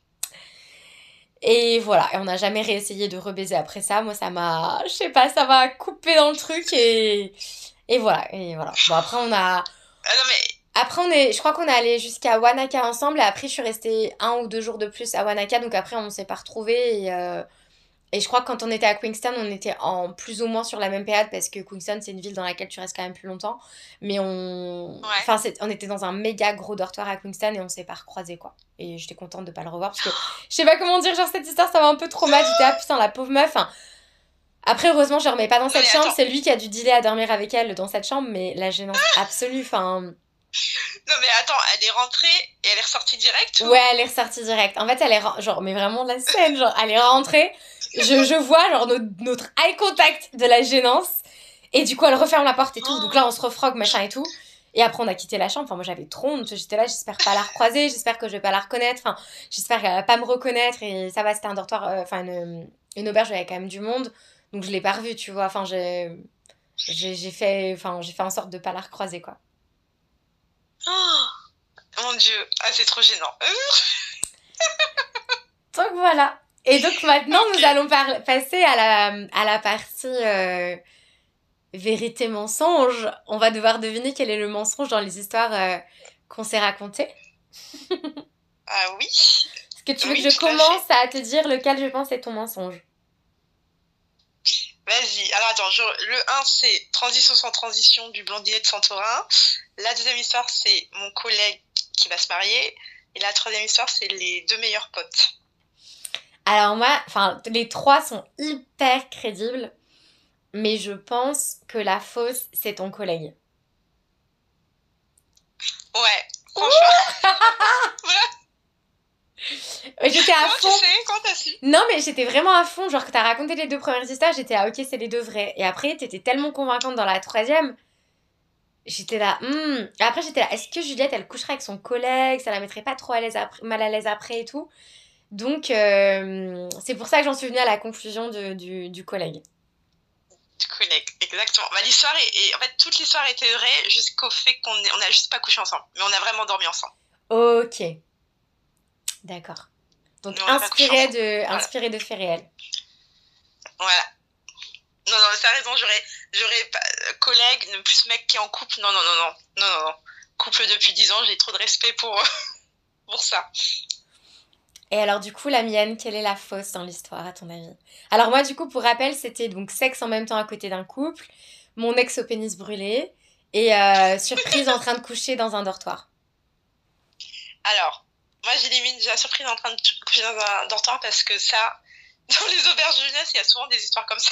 Et voilà, et on n'a jamais réessayé de rebaiser après ça. Moi, ça m'a, je sais pas, ça m'a coupé dans le truc et... Et voilà, et voilà. Bon, après, on a... Ah non, mais... Après, on est, je crois qu'on est allé jusqu'à Wanaka ensemble et après, je suis restée un ou deux jours de plus à Wanaka. Donc après, on s'est pas retrouvés. Et, euh, et je crois que quand on était à Queenstown, on était en plus ou moins sur la même période parce que Queenstown, c'est une ville dans laquelle tu restes quand même plus longtemps. Mais on, Ouais. enfin, c'est- on était dans un méga gros dortoir à Queenstown et on s'est pas recroisés, quoi. Et j'étais contente de pas le revoir parce que je sais pas comment dire, genre cette histoire, ça m'a un peu trop mal. J'étais, ah putain, la pauvre meuf. Enfin, après, heureusement, je remets pas dans Non, cette mais chambre. attends. C'est lui qui a dû dealer à dormir avec elle dans cette chambre, mais la gênance absolue, enfin. Non, mais attends, elle est rentrée et elle est ressortie direct Ouais, ou... elle est ressortie direct. En fait, elle est ren- genre, mais vraiment la scène, genre, elle est rentrée. Je, je vois genre no- notre eye contact de la gênance. Et du coup, elle referme la porte et tout. Donc Oh, là, on se refrogue, machin et tout. Et après, on a quitté la chambre. Enfin, moi, j'avais trop honte. J'étais là, j'espère pas la recroiser. J'espère que je vais pas la reconnaître. Enfin, j'espère qu'elle va pas me reconnaître. Et ça va, c'était un dortoir, euh, enfin, une, une auberge où il y avait quand même du monde. Donc, je l'ai pas revue, tu vois. Enfin, j'ai, j'ai, j'ai fait, enfin, j'ai fait en sorte de pas la recroiser, quoi. oh, mon Dieu. Ah, c'est trop gênant. Donc voilà. Et donc maintenant, Ok. nous allons par- passer à la, à la partie euh, vérité-mensonge. On va devoir deviner quel est le mensonge dans les histoires euh, qu'on s'est racontées. Ah oui. Est-ce que tu veux que Oui, je tout à fait. commence à te dire lequel je pense est ton mensonge? Vas-y. Alors attends, je- le un c'est Transition sans transition du blondinet de Santorin. La deuxième histoire, c'est mon collègue qui va se marier. Et la troisième histoire, c'est les deux meilleurs potes. Alors moi, enfin, les trois sont hyper crédibles, mais je pense que la fausse, c'est ton collègue. Ouais, franchement. J'étais à Comment tu fond. sais? Comment t'as su? Non, mais j'étais vraiment à fond. Genre, que t'as raconté les deux premières histoires, j'étais ah, ok, c'est les deux vrais. Et après, t'étais tellement convaincante dans la troisième. J'étais là, hmm. Après, j'étais là, est-ce que Juliette, elle coucherait avec son collègue? Ça la mettrait pas trop à l'aise après- mal à l'aise après et tout. Donc, euh, c'est pour ça que j'en suis venue à la conclusion de- du, du collègue. Du collègue, exactement. Bah, l'histoire est, est- en fait, toute l'histoire était vraie jusqu'au fait qu'on est- on a juste pas couché ensemble. Mais on a vraiment dormi ensemble. Ok, d'accord. Donc, Mais on n'a pas couché inspiré ensemble. de, Voilà. inspiré de faits réels. Voilà. Non, non, t'as raison, j'aurais, j'aurais pas, euh, collègue, plus mec qui est en couple. Non, non, non, non. Non, non, non. Couple depuis dix ans, j'ai trop de respect pour, pour ça. Et alors, du coup, la mienne, quelle est la fausse dans l'histoire, à ton avis? Alors, moi, du coup, pour rappel, c'était donc sexe en même temps à côté d'un couple, mon ex au pénis brûlé et euh, surprise en train de coucher dans un dortoir. Alors, moi, j'élimine déjà surprise en train de coucher dans un dortoir parce que ça, dans les auberges de jeunesse, il y a souvent des histoires comme ça.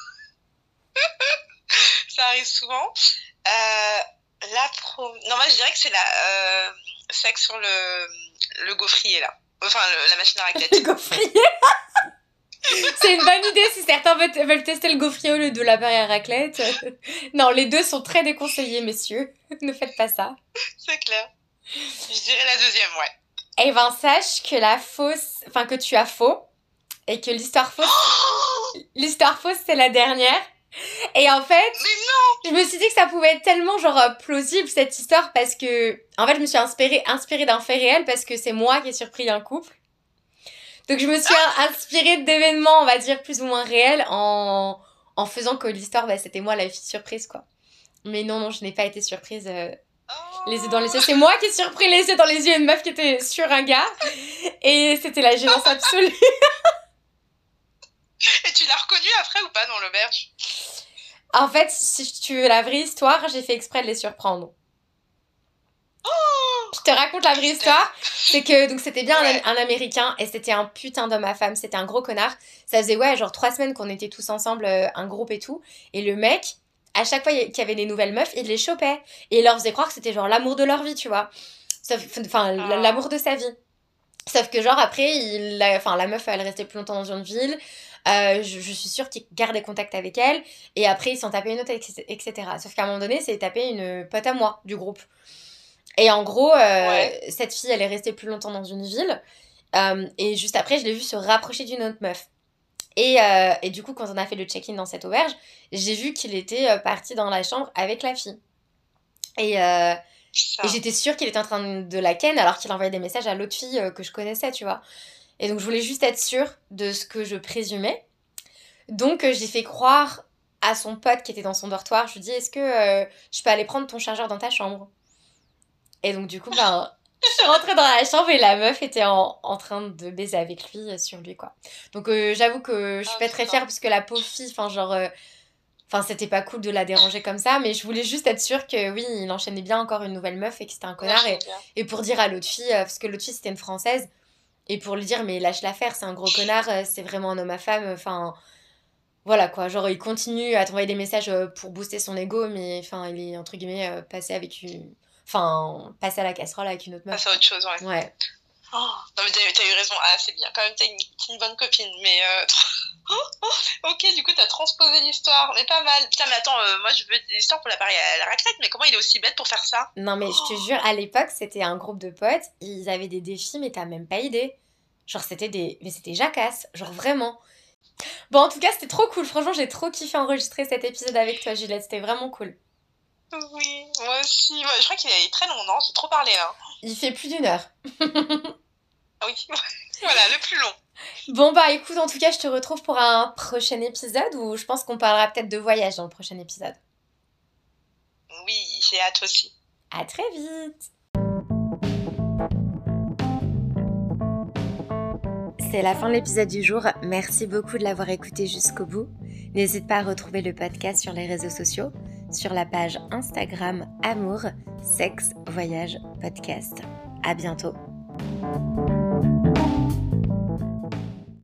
Ça arrive souvent. Euh, la pro... Non, moi, je dirais que c'est la euh, sexe sur le, le gaufrier, là. Enfin, le- la machine à Le raclette. gaufrier. C'est une bonne idée si certains veulent, veulent tester le gaufrier au lieu de la barrière à raclette. Non, les deux sont très déconseillés, messieurs. Ne faites pas ça. C'est clair. Je dirais la deuxième, ouais. Eh ben, sache que la fausse... Enfin, que tu as faux. Et que l'histoire fausse... L'histoire fausse, c'est la dernière. Et en fait, Mais non! je me suis dit que ça pouvait être tellement, genre, euh, plausible, cette histoire, parce que... En fait, je me suis inspirée, inspirée d'un fait réel, parce que c'est moi qui ai surpris un couple. Donc, je me suis inspirée d'événements, on va dire, plus ou moins réels, en, en faisant que l'histoire, bah, c'était moi la fille surprise, quoi. Mais non, non, je n'ai pas été surprise... euh, Oh. les yeux dans les yeux. C'est moi qui ai surpris les yeux dans les yeux une meuf qui était sur un gars. Et c'était la gênance absolue. Et tu l'as reconnu après ou pas dans l'auberge? En fait, si tu veux la vraie histoire, j'ai fait exprès de les surprendre. Oh. Je te raconte la vraie histoire. C'est que donc c'était bien Ouais. un, un Américain et c'était un putain d'homme à femme. C'était un gros connard. Ça faisait ouais genre trois semaines qu'on était tous ensemble, euh, un groupe et tout. Et le mec, à chaque fois qu'il y avait des nouvelles meufs, il les chopait. Et il leur faisait croire que c'était genre l'amour de leur vie, tu vois. Sauf, enfin, Ah. l'amour de sa vie. Sauf que genre après, il, la, enfin, la meuf, elle restait plus longtemps dans une ville. Euh, je, je suis sûre qu'il gardait contact avec elle. Et après, il s'en tapait une autre, et cetera. Sauf qu'à un moment donné, il s'est tapé une pote à moi du groupe. Et en gros, euh, Ouais. cette fille, elle est restée plus longtemps dans une ville. Euh, et juste après, je l'ai vue se rapprocher d'une autre meuf. Et, euh, et du coup, quand on a fait le check-in dans cette auberge, j'ai vu qu'il était euh, parti dans la chambre avec la fille. Et, euh, Ça. et j'étais sûre qu'il était en train de la ken alors qu'il envoyait des messages à l'autre fille euh, que je connaissais, tu vois. Et donc, je voulais juste être sûre de ce que je présumais. Donc, euh, j'ai fait croire à son pote qui était dans son dortoir. Je lui dis, est-ce que euh, je peux aller prendre ton chargeur dans ta chambre? Et donc, du coup, ben, je suis rentrée dans la chambre et la meuf était en, en train de baiser avec lui, euh, sur lui, quoi. Donc, euh, j'avoue que je suis Ah, pas très putain. fière parce que la pauvre fille, enfin, genre... euh, Enfin, c'était pas cool de la déranger comme ça, mais je voulais juste être sûre que oui, il enchaînait bien encore une nouvelle meuf et que c'était un On connard. Et, enchaîne bien. et pour dire à l'autre fille, euh, parce que l'autre fille c'était une française, et pour lui dire, mais lâche l'affaire, c'est un gros connard, euh, c'est vraiment un homme à femme. Enfin, voilà quoi. Genre, il continue à t'envoyer des messages euh, pour booster son ego, mais enfin, il est entre guillemets euh, passé avec une. Enfin, passé à la casserole avec une autre meuf, Passe à quoi. autre chose, ouais. Ouais. Oh, non, mais t'as, t'as eu raison. Ah, c'est bien. Quand même, t'es une, t'es une bonne copine. Mais, euh... ok, du coup, t'as transposé l'histoire. Mais pas mal. Putain, mais attends, euh, moi, je veux des histoires pour la pareille à la raclette, mais comment il est aussi bête pour faire ça? Non, mais je te Oh, jure, à l'époque, c'était un groupe de potes, ils avaient des défis, mais t'as même pas idée. Genre, c'était des. Mais c'était jacasse, genre vraiment. Bon, en tout cas, c'était trop cool. Franchement, j'ai trop kiffé enregistrer cet épisode avec toi, Juliette. C'était vraiment cool. oui, moi aussi. Ouais, je crois qu'il est très long, non? J'ai trop parlé, là. Il fait plus d'une heure. Ah oui, voilà, le plus long. Bon, bah écoute, en tout cas, je te retrouve pour un prochain épisode où je pense qu'on parlera peut-être de voyage dans le prochain épisode. Oui, j'ai hâte aussi. À très vite! C'est la fin de l'épisode du jour. Merci beaucoup de l'avoir écouté jusqu'au bout. N'hésite pas à retrouver le podcast sur les réseaux sociaux, sur la page Instagram Amour, Sexe, Voyage, Podcast. À bientôt!